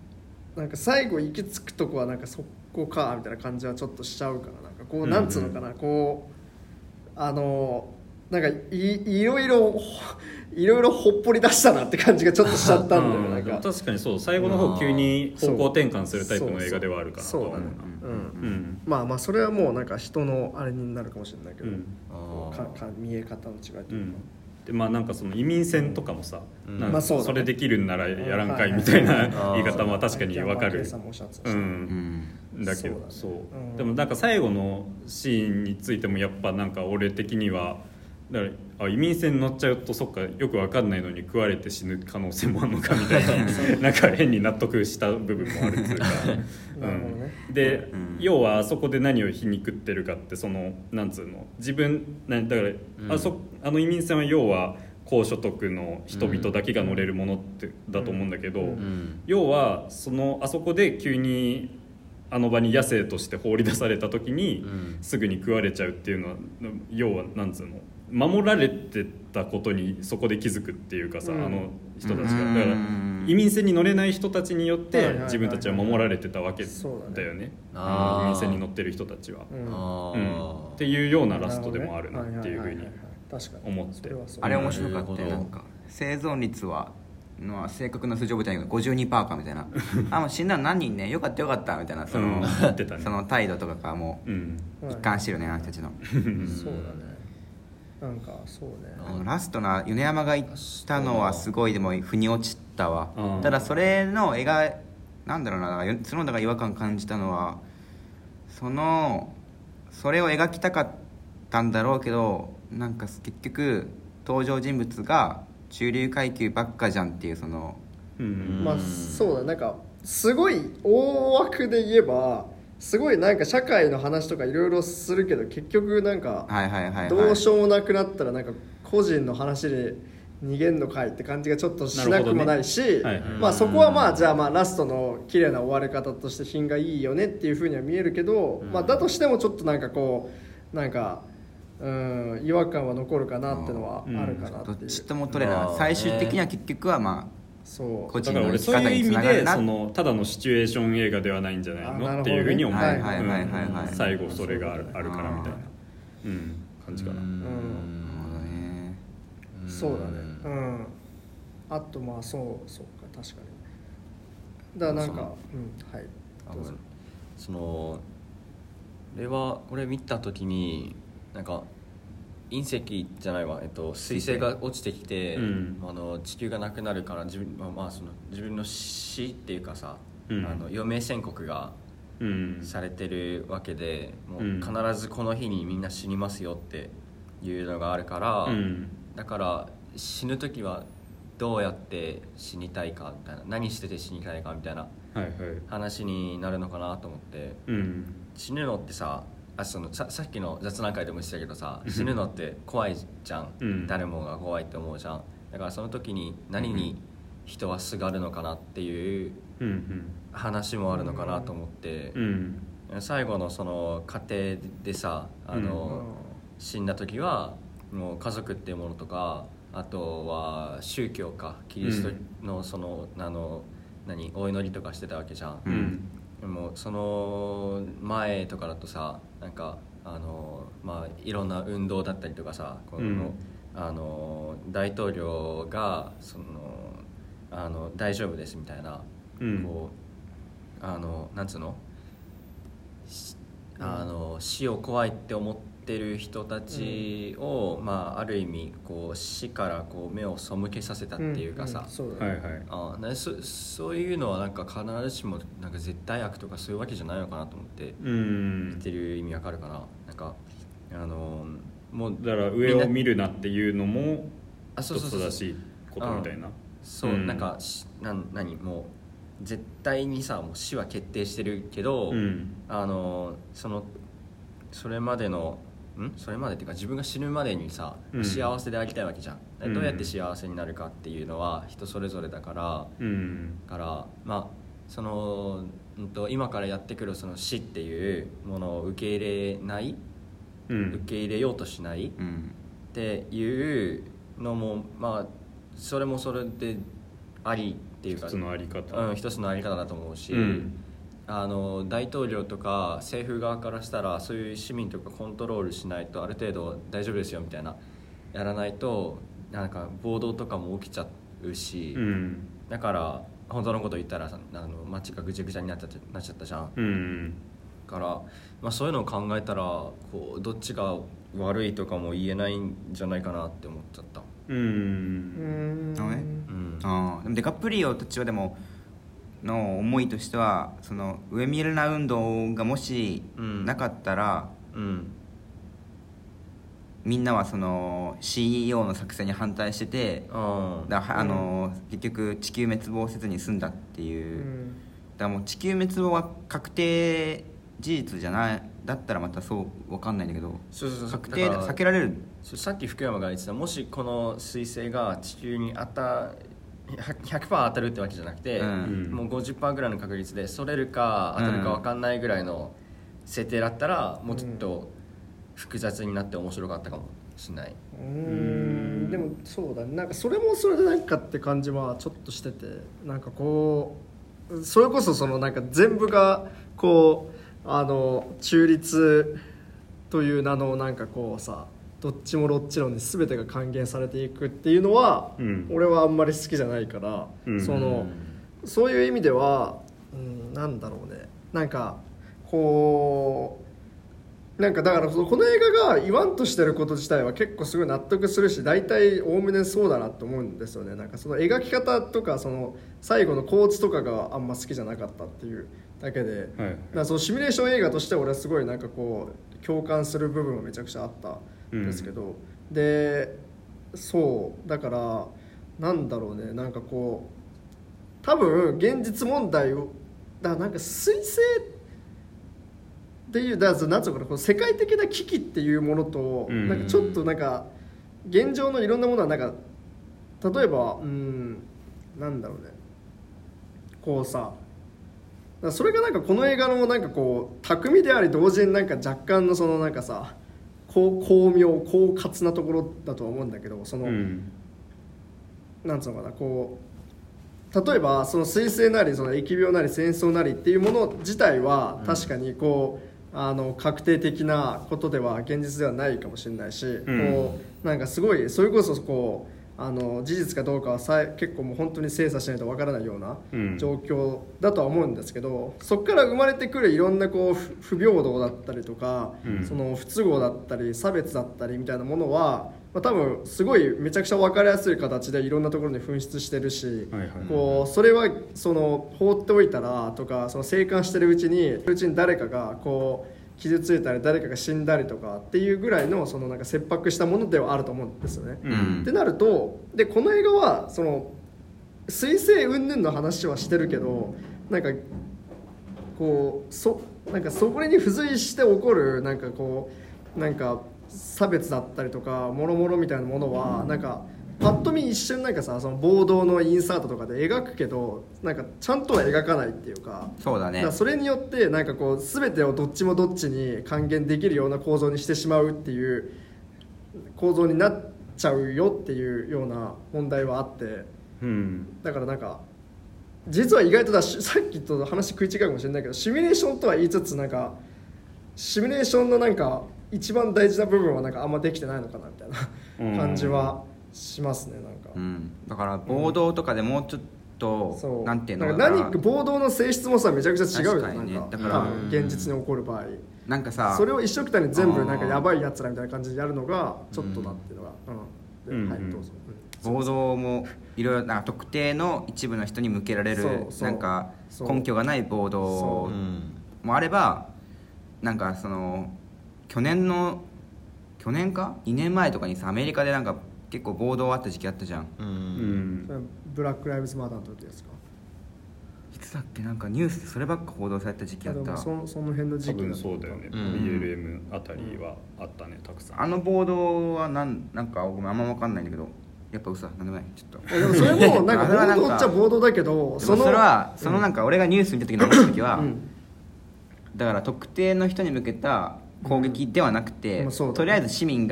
なんか最後行き着くとこはなんかそこかみたいな感じはちょっとしちゃうから、なんかこうなんつうのかな、こうなんかいろいろほっぽり出したなって感じがちょっとしちゃったんだよなんか確かにそう、最後の方急に方向転換するタイプの映画ではあるかなと思うな。 まあそれはもうなんか人のあれになるかもしれないけど、見え方の違いというか、 でまあなんかその移民船とかもさ、なんかそれできるんならやらんかいみたいな言い方も確かに分かる。だけどそうでもなんか最後のシーンについてもやっぱなんか俺的にはだから移民船乗っちゃうとそっかよく分かんないのに食われて死ぬ可能性もあるのかみたいななんか変に納得した部分もあるっていうかで、要はあそこで何を皮肉ってるかってそのなんつうの自分だからあの移民船は要は高所得の人々だけが乗れるものってだと思うんだけど、要はあそこで急にあの場に野生として放り出された時にすぐに食われちゃうっていうのは要はなんつうの守られてたことにそこで気づくっていうかさ、あの人たちがだから移民船に乗れない人たちによって自分たちは守られてたわけだよね、移民船に乗ってる人たちは、っていうようなラストでもあるなっていうふうに思って、 あれ面白かったよ。なんか生存率は正確な数字を覚えてないけど 52% かみたいなもう死んだの何人ね、よかったよかったみたいなその態度とかがもう一貫してるね、あの人たちのそうだね、なんかそうね、 ラストな米山が言ったのはすごいでも腑に落ちたわ。ただそれのなんだろうな、角田が違和感感じたのはそれを描きたかったんだろうけど、なんか結局登場人物が中流階級ばっかじゃんっていうまあそうだ、なんかすごい大枠で言えばすごいなんか社会の話とかいろいろするけど、結局なんかどうしようもなくなったらなんか個人の話で逃げんのかいって感じがちょっとしなくもないし、まあそこはまあじゃあまあラストの綺麗な終わり方として品がいいよねっていう風には見えるけど、まあだとしてもちょっとなんかこうなんか違和感は残るかなってのはあるかなっていう、 どっちとも取れない。最終的には結局はまあそうだから俺そういう意味でただのシチュエーション映画ではないんじゃないのっていうふうに思う。最後それがあるからみたいな感じかな。 そうだね。あとまあそうか、確かに。だからなんかはいどうぞ。 俺はこれ見た時になんか隕石じゃないわ、彗星が落ちてきて、地球がなくなるから自分の死っていうかさ、余命宣告がされてるわけで、もう必ずこの日にみんな死にますよっていうのがあるから、だから死ぬ時はどうやって死にたいかみたいな、何してて死にたいかみたいな話になるのかなと思って、死ぬのってささっきの雑談会でも言ってたけどさ、死ぬのって怖いじゃん、誰もが怖いって思うじゃん。だからその時に何に人はすがるのかなっていう話もあるのかなと思って、最後のその家庭でさ死んだ時はもう家族っていうものとか、あとは宗教かキリストのお祈りとかしてたわけじゃん、でもその前とかだとさ、なんかいろんな運動だったりとかさ、大統領が大丈夫ですみたいな、なんつうの、死を怖いって思ってる人たちを、ある意味死から目を背けさせたっていうかさ、そういうのはなんか必ずしもなんか絶対悪とかそういうわけじゃないのかなと思って、言ってる意味わかるかな。なんかもうだから上を見るなっていうのも一つ正しいことみたいな。 なんか何もう絶対にさ、もう死は決定してるけど、それまでっていうか自分が死ぬまでにさ、幸せでありたいわけじゃん。どうやって幸せになるかっていうのは人それぞれだから、今からやってくるその死っていうものを受け入れない、受け入れようとしないっていうのも、それもそれでありっていうか一つのあり方、 一つのあり方だと思うし、大統領とか政府側からしたらそういう市民とかコントロールしないとある程度大丈夫ですよみたいなやらないとなんか暴動とかも起きちゃうし、だから本当のこと言ったら街がぐちゃぐちゃになっちゃったじゃん、だから、そういうのを考えたらこうどっちが悪いとかも言えないんじゃないかなって思っちゃった。 でもデカプリオたちはでもの思いとしてはその上見るな運動がもしなかったら、みんなはその CEO の作戦に反対してて、結局地球滅亡せずに済んだっていう、だからもう地球滅亡は確定事実じゃないだったらまたそう分かんないんだけど、確定避けられる。 さっき福山が言ってた、もしこの彗星が地球に100% 当たるってわけじゃなくて、もう 50% ぐらいの確率でそれるか当たるか分かんないぐらいの設定だったら、もうちょっと複雑になって面白かったかもしれない。 でもそうだね、なんかそれもそれでなんかって感じはちょっとしてて、なんかこうそれこそそのなんか全部がこう中立という名のなんかこうさ、どっちもどっち論で全てが還元されていくっていうのは、俺はあんまり好きじゃないから、そういう意味では、なんだろうね、なんかこうなんかだからこの映画が言わんとしてること自体は結構すごい納得するし、大体おおむねそうだなと思うんですよね。なんかその描き方とかその最後の構図とかがあんま好きじゃなかったっていうだけで、だからそのシミュレーション映画として俺はすごいなんかこう共感する部分はめちゃくちゃあったんですけど、でそうだからなんだろうね、なんかこう多分現実問題をだからなんか彗星っていうだからなんつうのかな、この世界的な危機っていうものと、なんかちょっとなんか現状のいろんなものはなんか例えばなんだろうね、こうさ、それがなんかこの映画のなんかこう巧みであり同時になんか若干のそのなんかさ巧妙狡猾なところだとは思うんだけど、その、なんつうのかな、こう例えばその彗星なりその疫病なり戦争なりっていうもの自体は確かにこう確定的なことでは現実ではないかもしれないし、こうなんかすごいそれこそこう事実かどうかは結構もう本当に精査しないとわからないような状況だとは思うんですけど、そこから生まれてくるいろんなこう不平等だったりとか、その不都合だったり差別だったりみたいなものは、多分すごいめちゃくちゃ分かりやすい形でいろんなところに噴出してるし、こうそれはその放っておいたらとか、その生還してるうちに誰かがこう傷ついたり誰かが死んだりとかっていうぐらいのそのなんか切迫したものではあると思うんですよね。ってなると、でこの映画はその彗星云々の話はしてるけど、なんかこうなんかそこに付随して起こるなんかこうなんか差別だったりとかもろもろみたいなものはなんかパッと見一瞬なんかさ、その暴動のインサートとかで描くけど、なんかちゃんとは描かないっていうか、 そうだね、 だからそれによってなんかこう全てをどっちもどっちに還元できるような構造にしてしまうっていう構造になっちゃうよっていうような問題はあって、だからなんか実は意外とさっきと話食い違うかもしれないけど、シミュレーションとは言いつつなんかシミュレーションのなんか一番大事な部分はなんかあんまできてないのかなみたいな感じはしますね。なんか、 だから暴動とかでもうちょっと、なんていうのかな、何か暴動の性質もさめちゃくちゃ違うよ、 ね、 なんかだから現実に起こる場合なんかさ、 それを一緒くたに全部なんかやばいやつらみたいな感じでやるのがちょっとなっていうのが、はい、どうぞ。 暴動もいろいろな特定の一部の人に向けられるなんか根拠がない暴動もあれば、なんかその去年か2年前とかにさ、アメリカでなんか結構暴動あった時期あったじゃん。 ブラックライブズマターの時ですか。 いつだっけ、なんかニュースでそればっか報道された時期あった。 その辺の時期多分そうだよね、BLM あたりはあったね、たくさん。 あの暴動はなんかごめんあんま分かんないんだけど、やっぱ嘘だ、なんでもない、ちょっと。 でもそれもなんか暴動っちゃ暴動だけど、 それはそのなんか俺がニュース見た時の時は、だから特定の人に向けた攻撃ではなくて、とりあえず市民が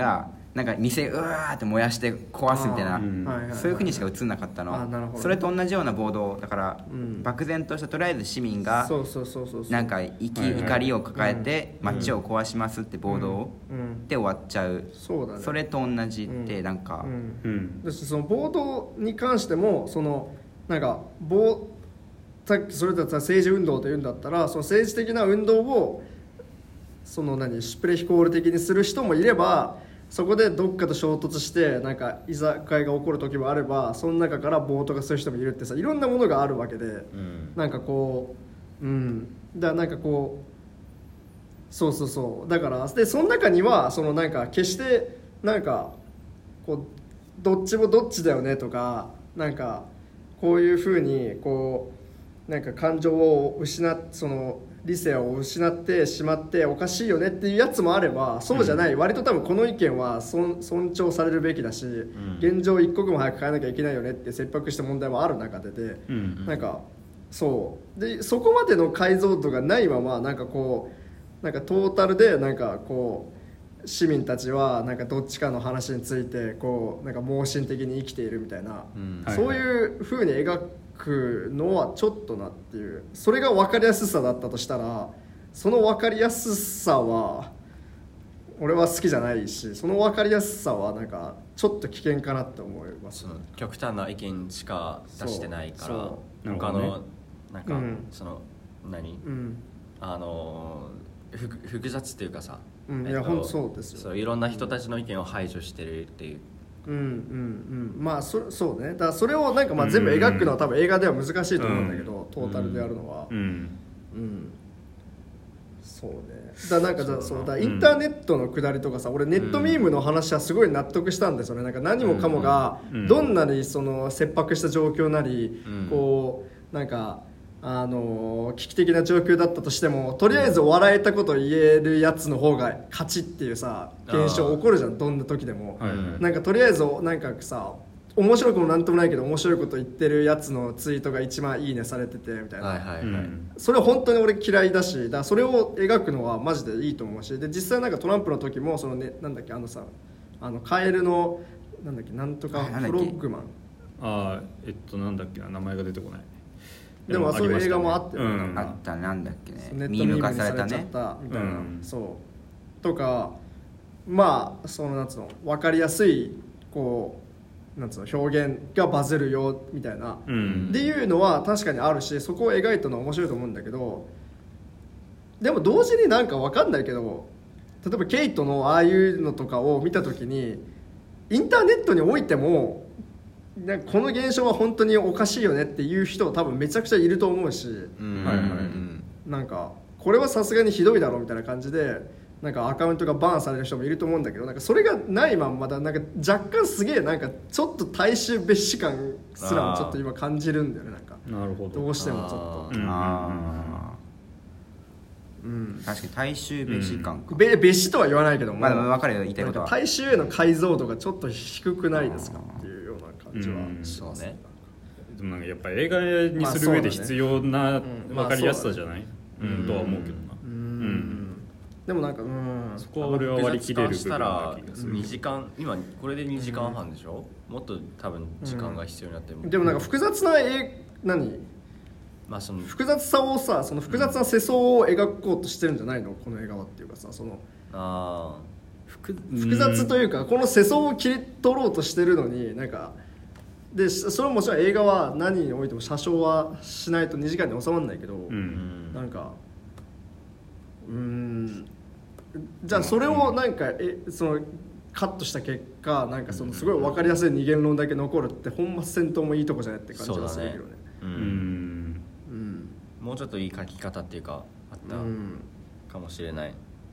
なんか店うわーって燃やして壊すみたいな、そういう風にしか映んなかったの。それと同じような暴動だから、漠然としたとりあえず市民がなんか怒りを抱えて街を壊しますって暴動で終わっちゃう。それと同じってなんか、 その暴動に関してもそのなんかさっきそれだったら政治運動というんだったら、その政治的な運動をそのシュプレヒコール的にする人もいれば、そこでどっかと衝突してなんか居酒屋が起こる時もあれば、その中から暴徒化する人もいるってさ、いろんなものがあるわけで、なんかこうだなんかこうそうだからで、その中にはそのなんか決してなんかこうどっちもどっちだよねとか、なんかこういうふうにこうなんか感情をその理性を失ってしまっておかしいよねっていうやつもあれば、そうじゃない、割と多分この意見は尊重されるべきだし、現状一刻も早く変えなきゃいけないよねって切迫した問題もある中で、なんかそうで、そこまでの解像度がないままなんかこうなんかトータルでなんかこう市民たちはなんかどっちかの話についてこうなんか盲信的に生きているみたいな、そういう風に描くのはちょっとなっていう。それが分かりやすさだったとしたら、その分かりやすさは俺は好きじゃないし、その分かりやすさはなんかちょっと危険かなって思います。 その極端な意見しか出してないから、他のなんかその複雑っていうかさ、 いや本当そうですよ。 そういろんな人たちの意見を排除してるっていう。 まあそうね。だからそれをなんかまあ全部描くのは多分映画では難しいと思うんだけど、トータルでやるのは。そうね。だなんかそうだインターネットの下りとかさ、俺ネットミームの話はすごい納得したんですよね。なんか何もかもがどんなにその切迫した状況なり、こうなんか危機的な状況だったとしても、とりあえず笑えたことを言えるやつの方が勝ちっていうさ現象起こるじゃん、どんな時でも。なんかとりあえずなんかさ面白くもなんともないけど面白いこと言ってるやつのツイートが一番いいねされててみたいな、それは本当に俺嫌いだし、だからそれを描くのはマジでいいと思うし、で実際なんかトランプの時もその、ね、なんだっけカエルのなんだっけなんとかフロッグマン、 なんだっけな、名前が出てこない。 でもそういう映画もあって、 あったなんだっけね、 ネットミーム化されちゃったみたいな、そうとか、まあそのなんつうの分かりやすいこうなんつうの表現がバズるよみたいな、っていうのは確かにあるし、そこを描いたのは面白いと思うんだけど、でも同時になんか分かんないけど、例えばケイトのああいうのとかを見た時にインターネットにおいてもなんかこの現象は本当におかしいよねっていう人多分めちゃくちゃいると思うし、なんかこれはさすがにひどいだろうみたいな感じでなんかアカウントがバーンされる人もいると思うんだけど、なんかそれがないまんまだなんか若干すげえなんかちょっと大衆別視感すらもちょっと今感じるんだよね。なんかなるほど、 どうしてもちょっと確かに大衆別視感か、 別視とは言わないけども、 まあ分かるよ言いたいことは。 大衆への解像度がちょっと低くないですかっていうような感じはしますね。 でもなんかやっぱ映画にする上で必要な分かりやすさじゃない、とは思うけどな。 でもなんかそこは俺は割り切れる部分な気がする。2時間今これで2時間半でしょ、もっと多分時間が必要になってる、 でもなんか複雑な複雑さをさ、その複雑な世相を描こうとしてるんじゃないの、この映画はっていうかさ、その複雑というかこの世相を切り取ろうとしてるのに、なんかでそれはもちろん映画は何においても写真はしないと2時間に収まらないけど、なんかじゃあそれをなんかそのカットした結果なんかそのすごい分かりやすい二元論だけ残るって本末転倒もいいとこじゃないって感じがするけどね。 もうちょっといい書き方っていうかあったかもしれない。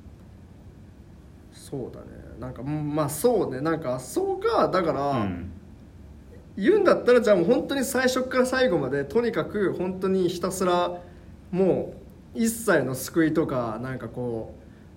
そうだね、なんかまあそうね、なんかそうか、だから、言うんだったらじゃあもう本当に最初から最後までとにかく本当にひたすらもう一切の救いとかなんかこ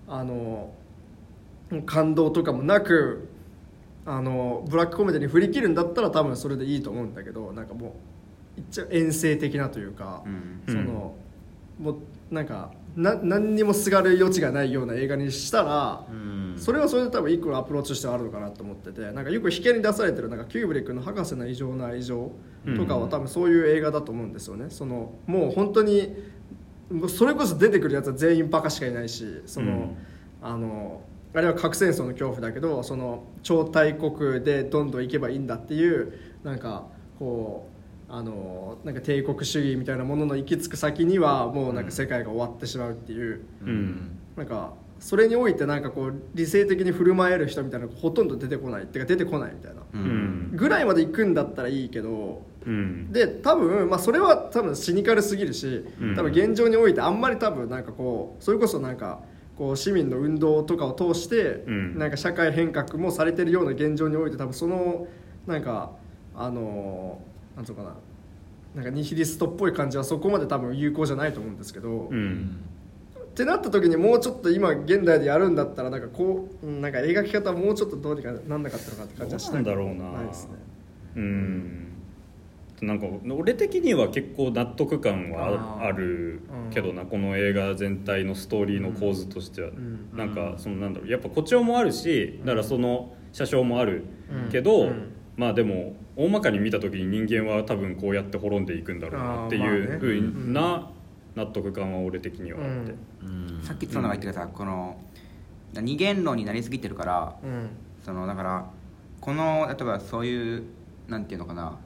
う感動とかもなくブラックコメディに振り切るんだったら多分それでいいと思うんだけど、なんかもう一応遠征的なというか、そのもうなんか何にもすがる余地がないような映画にしたら、それはそれで多分一個のアプローチとしてはあるのかなと思ってて、なんかよく引けに出されてるなんかキューブリックの博士の異常な異常とかは多分そういう映画だと思うんですよね。そのもう本当にそれこそ出てくるやつは全員バカしかいないし、その、あれは核戦争の恐怖だけど、その超大国でどんどん行けばいいんだっていうなんかこうなんか帝国主義みたいなものの行き着く先にはもうなんか世界が終わってしまうっていう、なんかそれにおいてなんかこう理性的に振る舞える人みたいなのがほとんど出てこないっていうか出てこないみたいな、ぐらいまで行くんだったらいいけど、で多分、それは多分シニカルすぎるし、多分現状においてあんまり多分なんかこうそれこそなんかこう市民の運動とかを通してなんか社会変革もされてるような現状において多分そのなんかなんつうかな、なんかニヒリストっぽい感じはそこまで多分有効じゃないと思うんですけど、ってなった時にもうちょっと今現代でやるんだったらなんかこうなんか描き方もうちょっとどうにかなんなかったのかって感じはしないですね。 なんか俺的には結構納得感はあるけどな、この映画全体のストーリーの構図としては、なんかそのなんだろう、やっぱ誇張もあるし、だからその写真もあるけど、まあでも大まかに見た時に人間は多分こうやって滅んでいくんだろうなっていう風な納得感は俺的にはあって、 さっき角が言ってくれたこの二元論になりすぎてるから、そのだからこの例えばそういうなんていうのかな、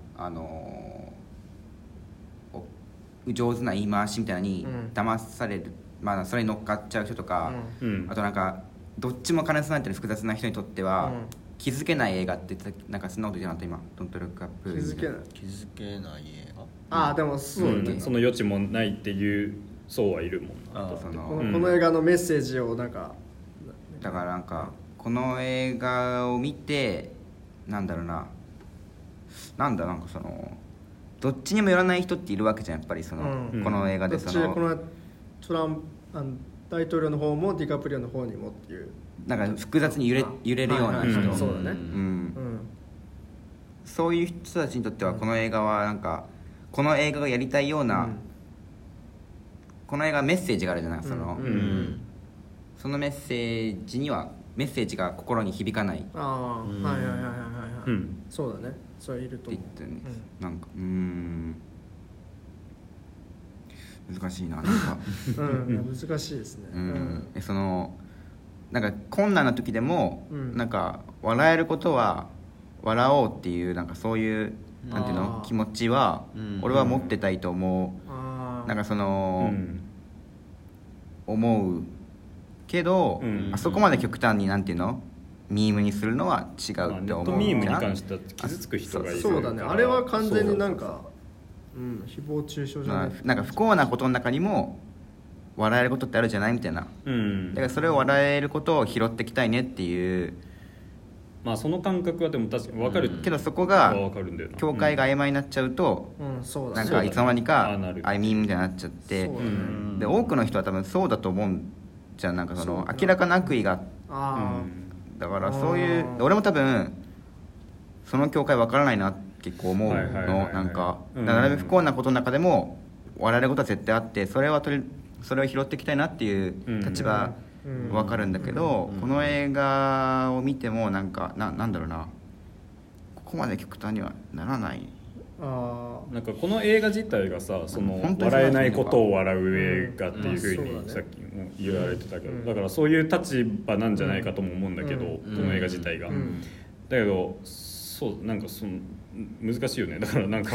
上手な言い回しみたいなのに騙される、それに乗っかっちゃう人とか、あとなんかどっちも兼ね備えてる複雑な人にとっては、気づけない映画ってなんかそんなこと言ってなかった今ドントルックアップ気づけない映画、でもそうね、 その余地もないっていう層はいるもんな。 この映画のメッセージをなんかだからなんかこの映画を見てなんだろうな、なんかそのどっちにも寄らない人っているわけじゃんやっぱりその、この映画でそのこのトランプ大統領の方もディカプリオの方にもっていうなんか複雑に揺れるような人、 そうだね、 そういう人たちにとってはこの映画はなんかこの映画がやりたいような、この映画メッセージがあるじゃない、その、そのメッセージにはメッセージが心に響かない。 そうだね、それいると思うって言ってね、 なんか難しいな、なんか難しいですね。 そのなんか困難な時でも、なんか笑えることは笑おうっていうなんかそういうなんていうの気持ちは俺は持ってたいと思う。なんかその、思うけど、あそこまで極端になんていうのミームにするのは違うって思う。 ネットミームに関しては傷つく人がいる。 そうだね、あれは完全になんか誹謗中傷じゃない、 なんか不幸なことの中にも笑えることってあるじゃないみたいな、だからそれを笑えることを拾っていきたいねっていう、 その感覚はでも確かに分かる、 けどそこが境界が曖昧になっちゃうと、なんかいつの間にかアイミーみたいになっちゃって、で多くの人は多分そうだと思うんじゃん、なんかその明らかな悪意がだからそういう俺も多分その境界分からないなって結構思うの、なんかなるべく不幸なことの中でも笑えることは絶対あって、それを拾っていきたいなっていう立場分かるんだけど、この映画を見てもなんかなんだろうな、ここまで極端にはならない。 なんかこの映画自体がさ、その笑えないことを笑う映画っていうふうにさっきも言われてたけど、だからそういう立場なんじゃないかとも思うんだけど、この映画自体が、だけどそうなんかその難しいよね。だからなんか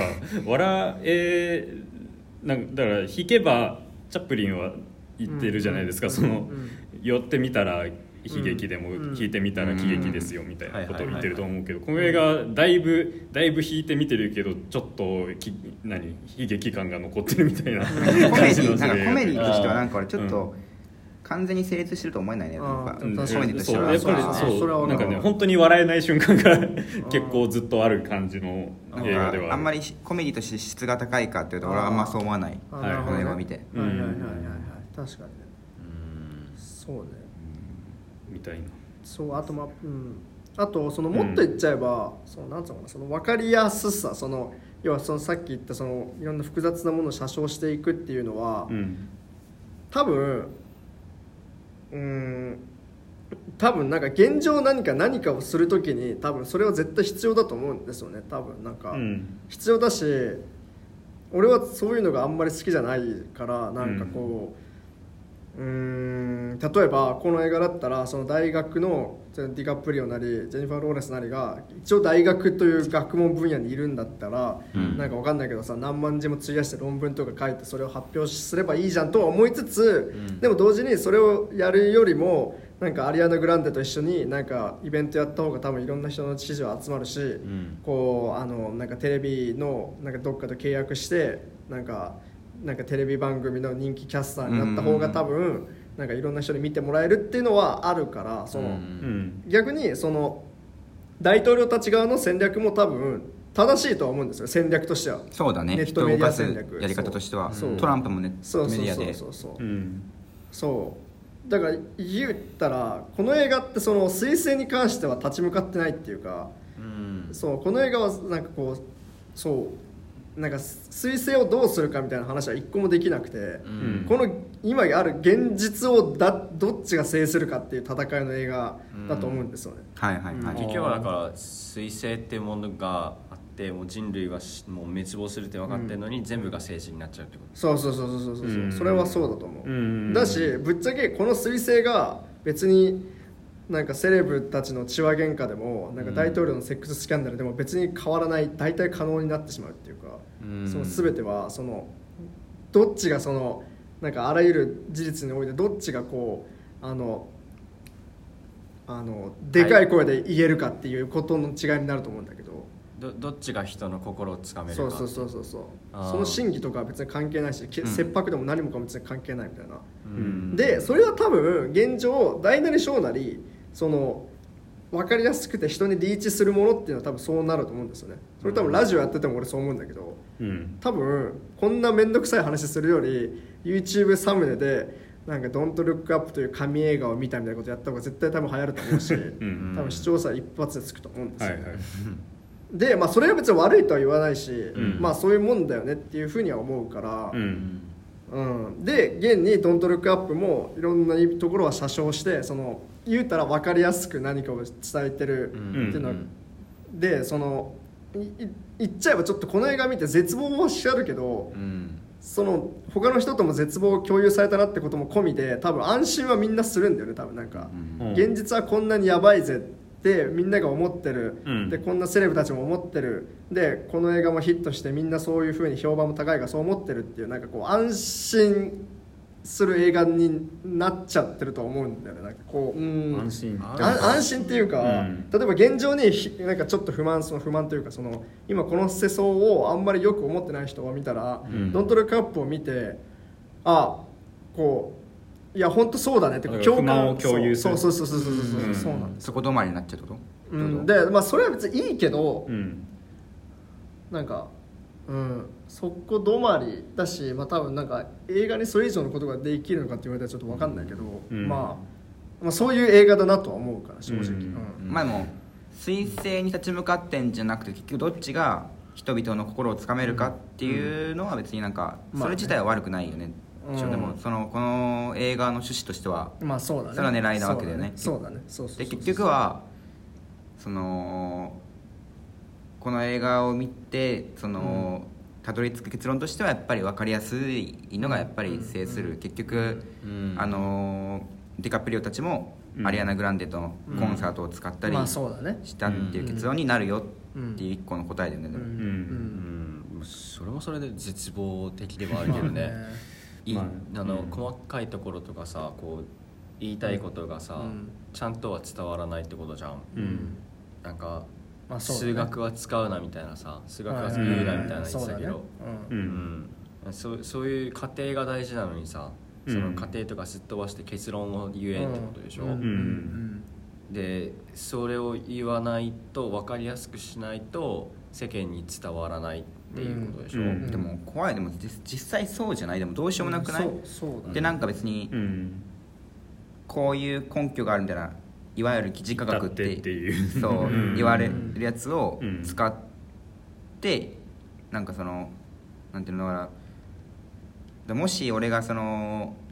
だから弾けばチャップリンは言ってるじゃないですか、その寄ってみたら悲劇でも弾いてみたら喜劇ですよみたいなことを言ってると思うけど、この映画だいぶ弾いてみてるけどちょっと悲劇感が残ってるみたいなコメディとしてはなんかちょっと完全に成立してると思えないね、なんかコメディとしては。 やっぱりそうなんかね、本当に笑えない瞬間が結構ずっとある感じの映画ではあんまりコメディとして質が高いかっていうと俺はあんまそう思わない、この映画を見て。 確かにね、そうねみたいな。 そうあとあとそのもっと言っちゃえば、そのなんつうのかな、その分かりやすさ、その要はそのさっき言ったそのいろんな複雑なものを写生していくっていうのは、 多分なんか現状何かをするときに多分それは絶対必要だと思うんですよね。多分なんか必要だし、俺はそういうのがあんまり好きじゃないから、なんかこう、例えばこの映画だったらその大学のディカプリオなりジェニファー・ローレンスなりが一応大学という学問分野にいるんだったら、なんか分かんないけどさ、何万字も費やして論文とか書いてそれを発表すればいいじゃんとは思いつつ、でも同時にそれをやるよりもなんかアリアナ・グランデと一緒になんかイベントやった方が多分いろんな人の支持は集まるし、こうなんかテレビのなんかどっかと契約してなんかテレビ番組の人気キャスターになった方が多分なんかいろんな人に見てもらえるっていうのはあるから、その逆にその大統領たち側の戦略も多分正しいとは思うんですよ、戦略としては。 そうだね、 ネットメディア戦略やり方としてはトランプもネットメディアでそうだから言ったらこの映画ってその彗星に関しては立ち向かってないっていうか、そうこの映画はなんかこうそうなんか彗星をどうするかみたいな話は一個もできなくて、この今ある現実をどっちが制するかっていう戦いの映画だと思うんですよね。 結局はだから彗星っていうものがあってもう人類はもう滅亡するって分かってるのに、全部が政治になっちゃうってこと。そう、 それはそうだと思う。だしぶっちゃけこの彗星が別になんかセレブたちの血話喧嘩でもなんか大統領のセックススキャンダルでも別に変わらない、大体可能になってしまうっていうか、その全てはそのどっちがそのなんかあらゆる事実においてどっちがこうでかい声で言えるかっていうことの違いになると思うんだけど、 どっちが人の心をつかめるか。 そうその真偽とかは別に関係ないし、切迫でも何もかも別に関係ないみたいな、でそれは多分現状大なり小なりその分かりやすくて人にリーチするものっていうのは多分そうなると思うんですよね。それ多分ラジオやってても俺そう思うんだけど、多分こんな面倒くさい話するより YouTube サムネでなんかDon't Look Upという神映画を見たみたいなことやった方が絶対多分流行ると思うし多分視聴者一発でつくと思うんですよ、でまあそれは別に悪いとは言わないし、まあそういうもんだよねっていうふうには思うから、で現にDon't Look Upもいろんなところは詐称してその言うたら分かりやすく何かを伝えてるっていうので、その言っちゃえばちょっとこの映画見て絶望はしちゃうけど、その他の人とも絶望を共有されたなってことも込みで多分安心はみんなするんだよね。多分なんか現実はこんなにやばいぜってみんなが思ってる、でこんなセレブたちも思ってる、でこの映画もヒットしてみんなそういう風に評判も高いからそう思ってるっていうなんかこう安心する映画になっちゃってると思うんだよね。なんかこう安心っていうか、例えば現状になんかちょっと不満というかその今この世相をあんまりよく思ってない人を見たら、ドントルカップを見てこういや本当そうだねって共感を共有する。 そうなんです。 そこ止まりになっちゃうってこと、 でまあそれは別にいいけど、なんかそこ止まりだし、まあ多分なんか映画にそれ以上のことができるのかって言われたらちょっと分かんないけど、まあそういう映画だなとは思うから正直、 まあでも彗星に立ち向かってんじゃなくて結局どっちが人々の心をつかめるかっていうのは別になんかそれ自体は悪くないよね。でもこの映画の趣旨としてはそれは狙いなわけだよね。で結局はそのこの映画を見てたどり着く結論としてはやっぱり分かりやすいのがやっぱり制する、結局ディカプリオたちもアリアナ・グランデとのコンサートを使ったりしたっていう結論になるよっていう一個の答えだよね。 それもそれで絶望的ではあるけどね細かいところとかさこう言いたいことがさ、ちゃんとは伝わらないってことじゃん、なんか数学は使うなみたいなさ、数学は言うなみたいな言ってたけど、そういう過程が大事なのにさ、その過程とかすっ飛ばして結論を言えんってことでしょ、でそれを言わないと分かりやすくしないと世間に伝わらないっていうことでしょ、 でも怖い。でも実際そうじゃない。でもどうしようもなくない、でなんか別にこういう根拠があるみたいな、いわゆる疑似科学ってそう言われるやつを使ってなんかそのなんていうのかな、もし俺がその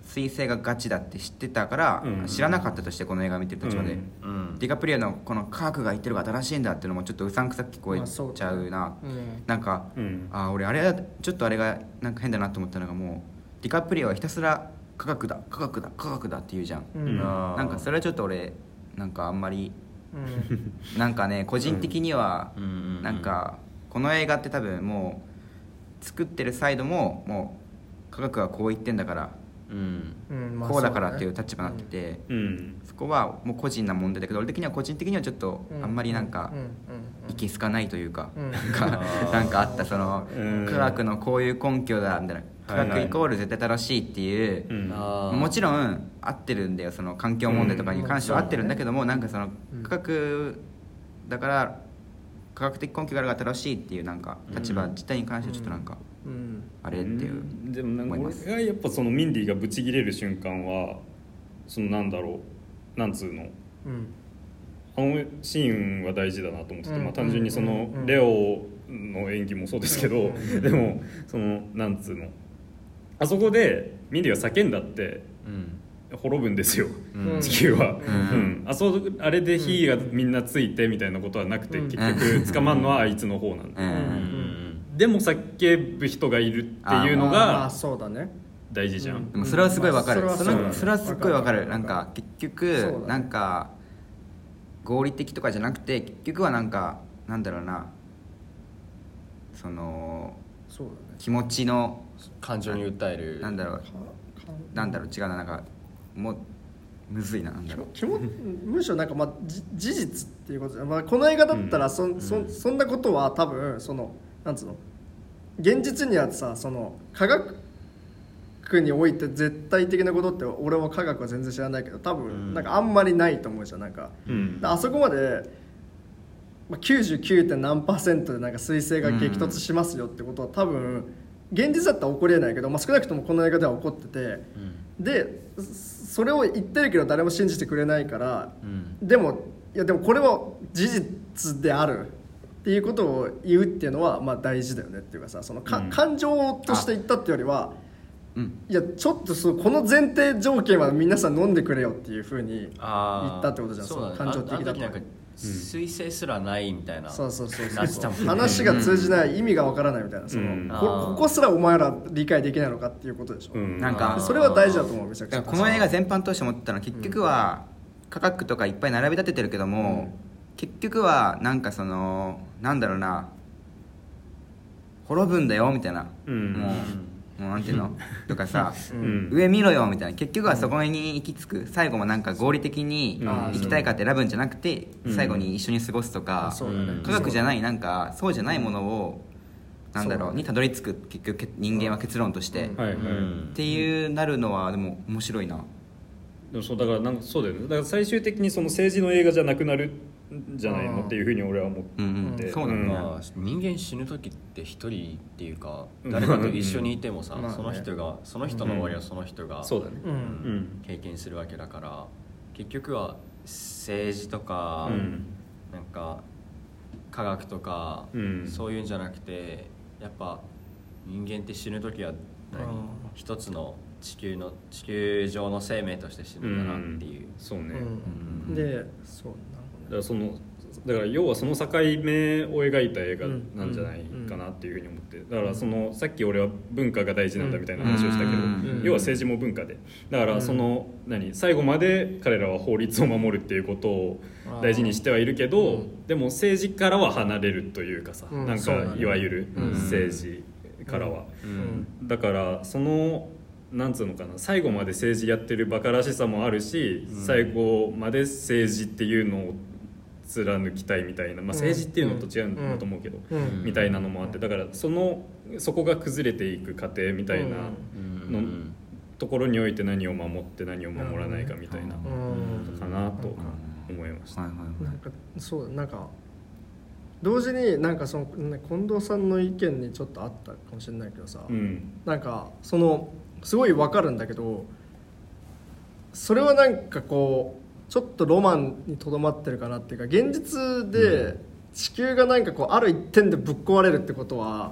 彗星がガチだって知ってたから、知らなかったとしてこの映画見てる途中で、ディカプリオのこの科学が言ってるが正しいんだっていうのもちょっとうさんくさく聞こえちゃうな、なんか、俺あれちょっとあれがなんか変だなと思ったのが、もうディカプリオはひたすら科学だ科学だ科学だって言うじゃん、なんかそれはちょっと俺なんかあんまり、なんかね個人的には、なんかこの映画って多分もう作ってるサイドももう科学はこう言ってんだから、こうだからっていう立場になってて、そこはもう個人な問題だけど、俺的には個人的にはちょっとあんまりなんかいけすかないというか、なんかあったその科学のこういう根拠だみたいな、科学イコール絶対正しいっていう、もちろん合ってるんだよ、その環境問題とかに関しては合ってるんだけども、なんかその科学だから科学的根拠があるから正しいっていうなんか立場自体に関してはちょっとなんかあれっていう、 でもなんか俺がやっぱそのミンディがブチギレる瞬間はそのなんだろう、なんつうの、あのシーンは大事だなと思ってて、まあ単純にそのレオの演技もそうですけど、でもそのなんつうの、あそこでミンディが叫んだって滅ぶんですよ、地球は、あれで火がみんなついてみたいなことはなくて、結局捕まるのはあいつの方なんで、でも叫ぶ人がいるっていうのが大事じゃん。 でもそれはすごいわかる、それはすごいわかる。なんか結局なんか合理的とかじゃなくて、結局はなんかなんだろうな、その気持ちの感情に訴える、 なんだろう違うな、なんかもうむずいな、なんだろう、 むしろなんかまあ事実っていうことで、まあ、この映画だったらそんなことは多分そのなんつうの、現実にはさ、その科学において絶対的なことって、俺は科学は全然知らないけど多分なんかあんまりないと思うじゃん。なんか、あそこまで、99. 何%でなんか彗星が激突しますよってことは多分現実だったら起こりえないけど、少なくともこの映画では起こってて、でそれを言ってるけど誰も信じてくれないから、でもこれは事実であるっていうことを言うっていうのはまあ大事だよねっていうかさ、その感情として言ったっていうよりは、いやちょっとこの前提条件は皆さん飲んでくれよっていうふうに言ったってことじゃん。 そうだね、 感情的だと彗星すらないみたいな、 話が通じない、意味がわからないみたいな、そのここすらお前ら理解できないのかっていうことでしょ。 なんかそれは大事だと思う、めちゃくちゃ。 この映画全般通して思ったのは、結局は科学とかいっぱい並び立ててるけども、結局はなんかそのなんだろうな、滅ぶんだよみたいな、もうなんていうのとかさ、上見ろよみたいな、結局はそこに行き着く、最後もなんか合理的に行きたいかって選ぶんじゃなくて、最後に一緒に過ごすとか、科学じゃない、なんかそうじゃないものをなんだろうにたどり着く、結局人間は結論としてっていうなるのはでも面白いな。 でもそうだからなんかそうだよね、だから最終的にその政治の映画じゃなくなるんじゃないのっていうふうに俺は思って、 そうなんだ、 人間死ぬ時って一人っていうか誰かと一緒にいてもさ、その人の終わりはその人が経験するわけだから、結局は政治とかなんか科学とかそういうんじゃなくて、やっぱ人間って死ぬ時は一つの地球上の生命として死ぬんだなっていう、 そうね、 でそうだから要はその境目を描いた映画なんじゃないかなっていうふうに思って、だからそのさっき俺は文化が大事なんだみたいな話をしたけど、要は政治も文化で、だからその最後まで彼らは法律を守るっていうことを大事にしてはいるけど、でも政治からは離れるというかさ、なんかいわゆる政治からは、だからそのなんつうのかな、最後まで政治やってるバカらしさもあるし、最後まで政治っていうのを貫きたいみたいな、政治っていうのと違うんだと思うけど、みたいなのもあって、だからそこが崩れていく過程みたいなのところにおいて何を守って何を守らないかみたいなかなと思いました。 そうなんか同時になんかその近藤さんの意見にちょっとあったかもしれないけどさ、なんかそのすごい分かるんだけど、それはなんかこうちょっとロマンにとどまってるかなっていうか、現実で地球がなんかこうある一点でぶっ壊れるってことは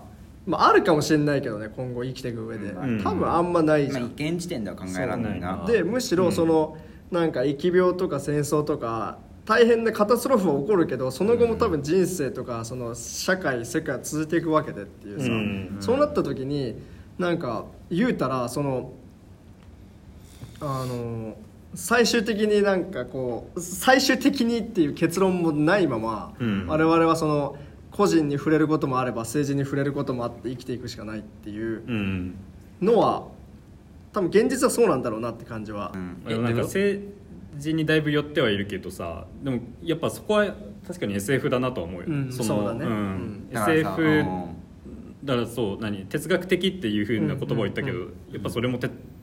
まあ、あるかもしれないけどね今後生きていく上で、多分あんまないじゃん、 現時点では考えられないな。 でむしろその、なんか疫病とか戦争とか大変なカタストロフは起こるけどその後も多分人生とかその社会世界は続いていくわけでっていうさ、そうなった時になんか言うたらその最終的になんかこう最終的にっていう結論もないまま、我々はその個人に触れることもあれば政治に触れることもあって生きていくしかないっていうのは多分現実はそうなんだろうなって感じは、 なんか政治にだいぶ寄ってはいるけどさ、でもやっぱそこは確かに SF だなとは思うよ、 そうだね、 SF だからそう哲学的っていう風な言葉を言ったけど、やっぱそれも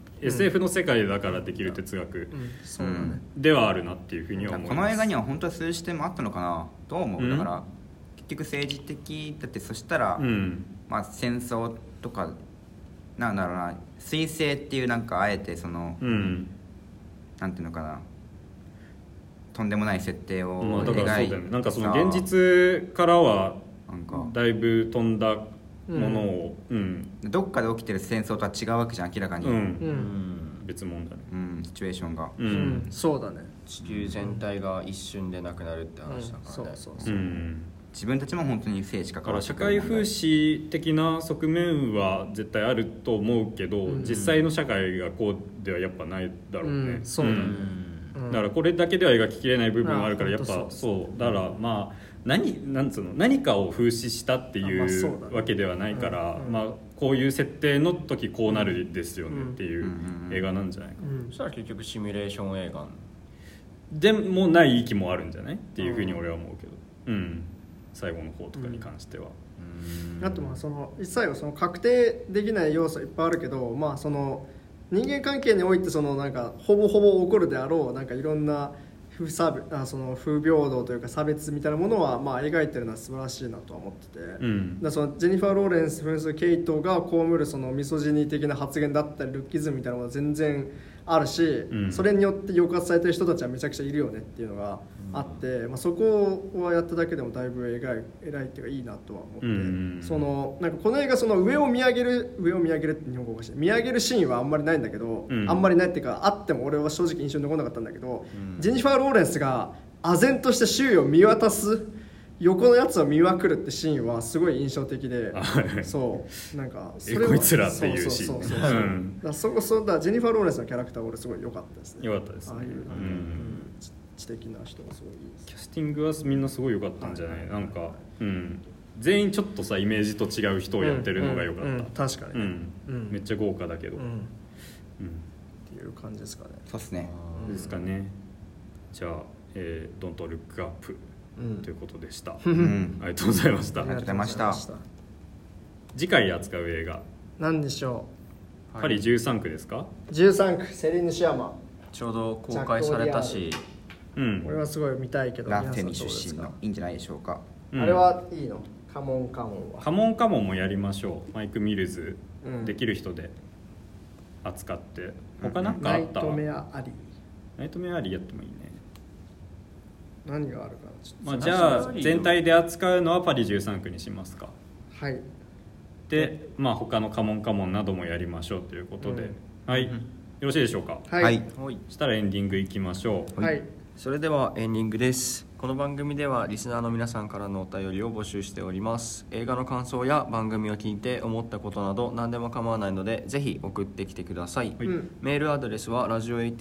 SF の世界だからできる哲学ではあるなっていうふうには思います。 この映画には本当はそういう視点もあったのかなと思う。だから結局政治的だって、そしたら、まあ、戦争とかなんだろうな、彗星っていうなんかあえてその、なんていうのかな、とんでもない設定を描いて、なんかその現実からはだいぶ飛んだものを、 どっかで起きてる戦争とは違うわけじゃん明らかに、 別物だね、 シチュエーションが、 そうだね、 地球全体が一瞬でなくなるって話だからね、 自分たちも本当に生死かから社会風刺的な側面は絶対あると思うけど、実際の社会がこうではやっぱないだろうね、 そうだね、 だからこれだけでは描ききれない部分があるから、やっぱそうだからまあ何かを風刺したっていうわけではないから、まあこういう設定の時こうなるですよねっていう映画なんじゃないか、 そしたら結局シミュレーション映画でもない域もあるんじゃないっていうふうに俺は思うけど、最後の方とかに関しては、 あとまあその最後その確定できない要素いっぱいあるけど、まあその人間関係においてそのなんかほぼほぼ起こるであろうなんかいろんなその不平等というか差別みたいなものはまあ描いてるのは素晴らしいなとは思ってて、だそのジェニファー・ローレンス扮するケイトが被るそのミソジニー的な発言だったりルッキズムみたいなものは全然あるし、それによって抑圧されてる人たちはめちゃくちゃいるよねっていうのがあって、まあ、そこはやっただけでもだいぶ偉いっていうかいいなとは思って、そのなんかこの映画その上を見上げるって日本語おかしい、見上げるシーンはあんまりないんだけど、あんまりないっていうかあっても俺は正直印象に残らなかったんだけど、ジェニファー・ローレンスが唖然として周囲を見渡す横のやつを見まくるってシーンはすごい印象的で、そうなんかそれこいつらっていうシーン、だジェニファー・ローレンスのキャラクターは俺すごい良かったですね。 良かったですね。 ああいう知的な人がすごいいいです。 キャスティングはみんなすごい良かったんじゃない？なんか全員ちょっとさイメージと違う人をやってるのが良かった。 確かに、 めっちゃ豪華だけど、 っていう感じですかね。 そうですね。 ですかね。じゃあDon't Look Upということでした、ありがとうございました。 ありがとうございました。 次回扱う映画何でしょう？パリ13区ですか ？13区セリーヌ・シアマンちょうど公開されたし、 俺はすごい見たいけどラフェミ出身のいいんじゃないでしょうか。 あれはいいの？カモンカモンはカモンもやりましょう。マイク・ミルズ、できる人で扱って他なんかあった？ ナイトメアアリー。 ナイトメアアリーやってもいいね。 何があるかな。じゃあ全体で扱うのはパリ13区にしますか。 はい。 で、まあ他のカモンカモンなどもやりましょうということで、はい、よろしいでしょうか。 はい。 したらエンディングいきましょう。 はい。 それではエンディングです。この番組ではリスナーの皆さんからのお便りを募集しております。映画の感想や番組を聞いて思ったことなど何でも構わないのでぜひ送ってきてください、メールアドレスは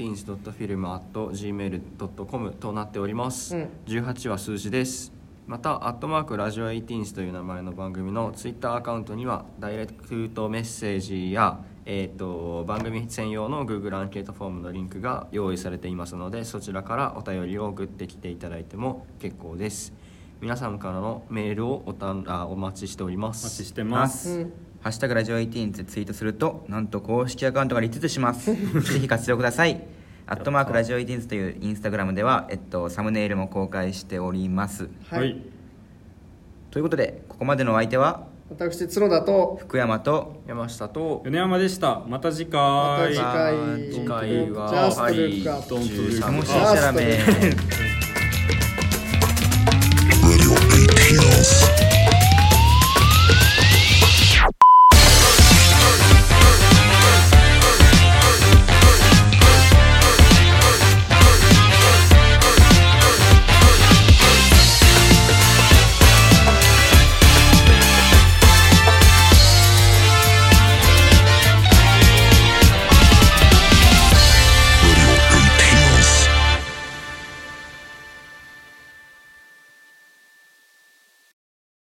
radio18s.film@gmail.com となっております、18は数字です。またラジオ18という名前の番組のツイッターアカウントにはダイレクトメッセージや番組専用の Google アンケートフォームのリンクが用意されていますのでそちらからお便りを送ってきていただいても結構です。皆さんからのメールをお待ちしております。 お待ちしてます、 ハッシュタグラジオ18でツイートするとなんと公式アカウントがリツイートしますぜひ活用くださいラジオ18というインスタグラムでは、サムネイルも公開しております。 はい。 ということでここまでのお相手は私角田と福山と山下と米山でした。また次回。 次回はジャストルックアップ。 もしかしたら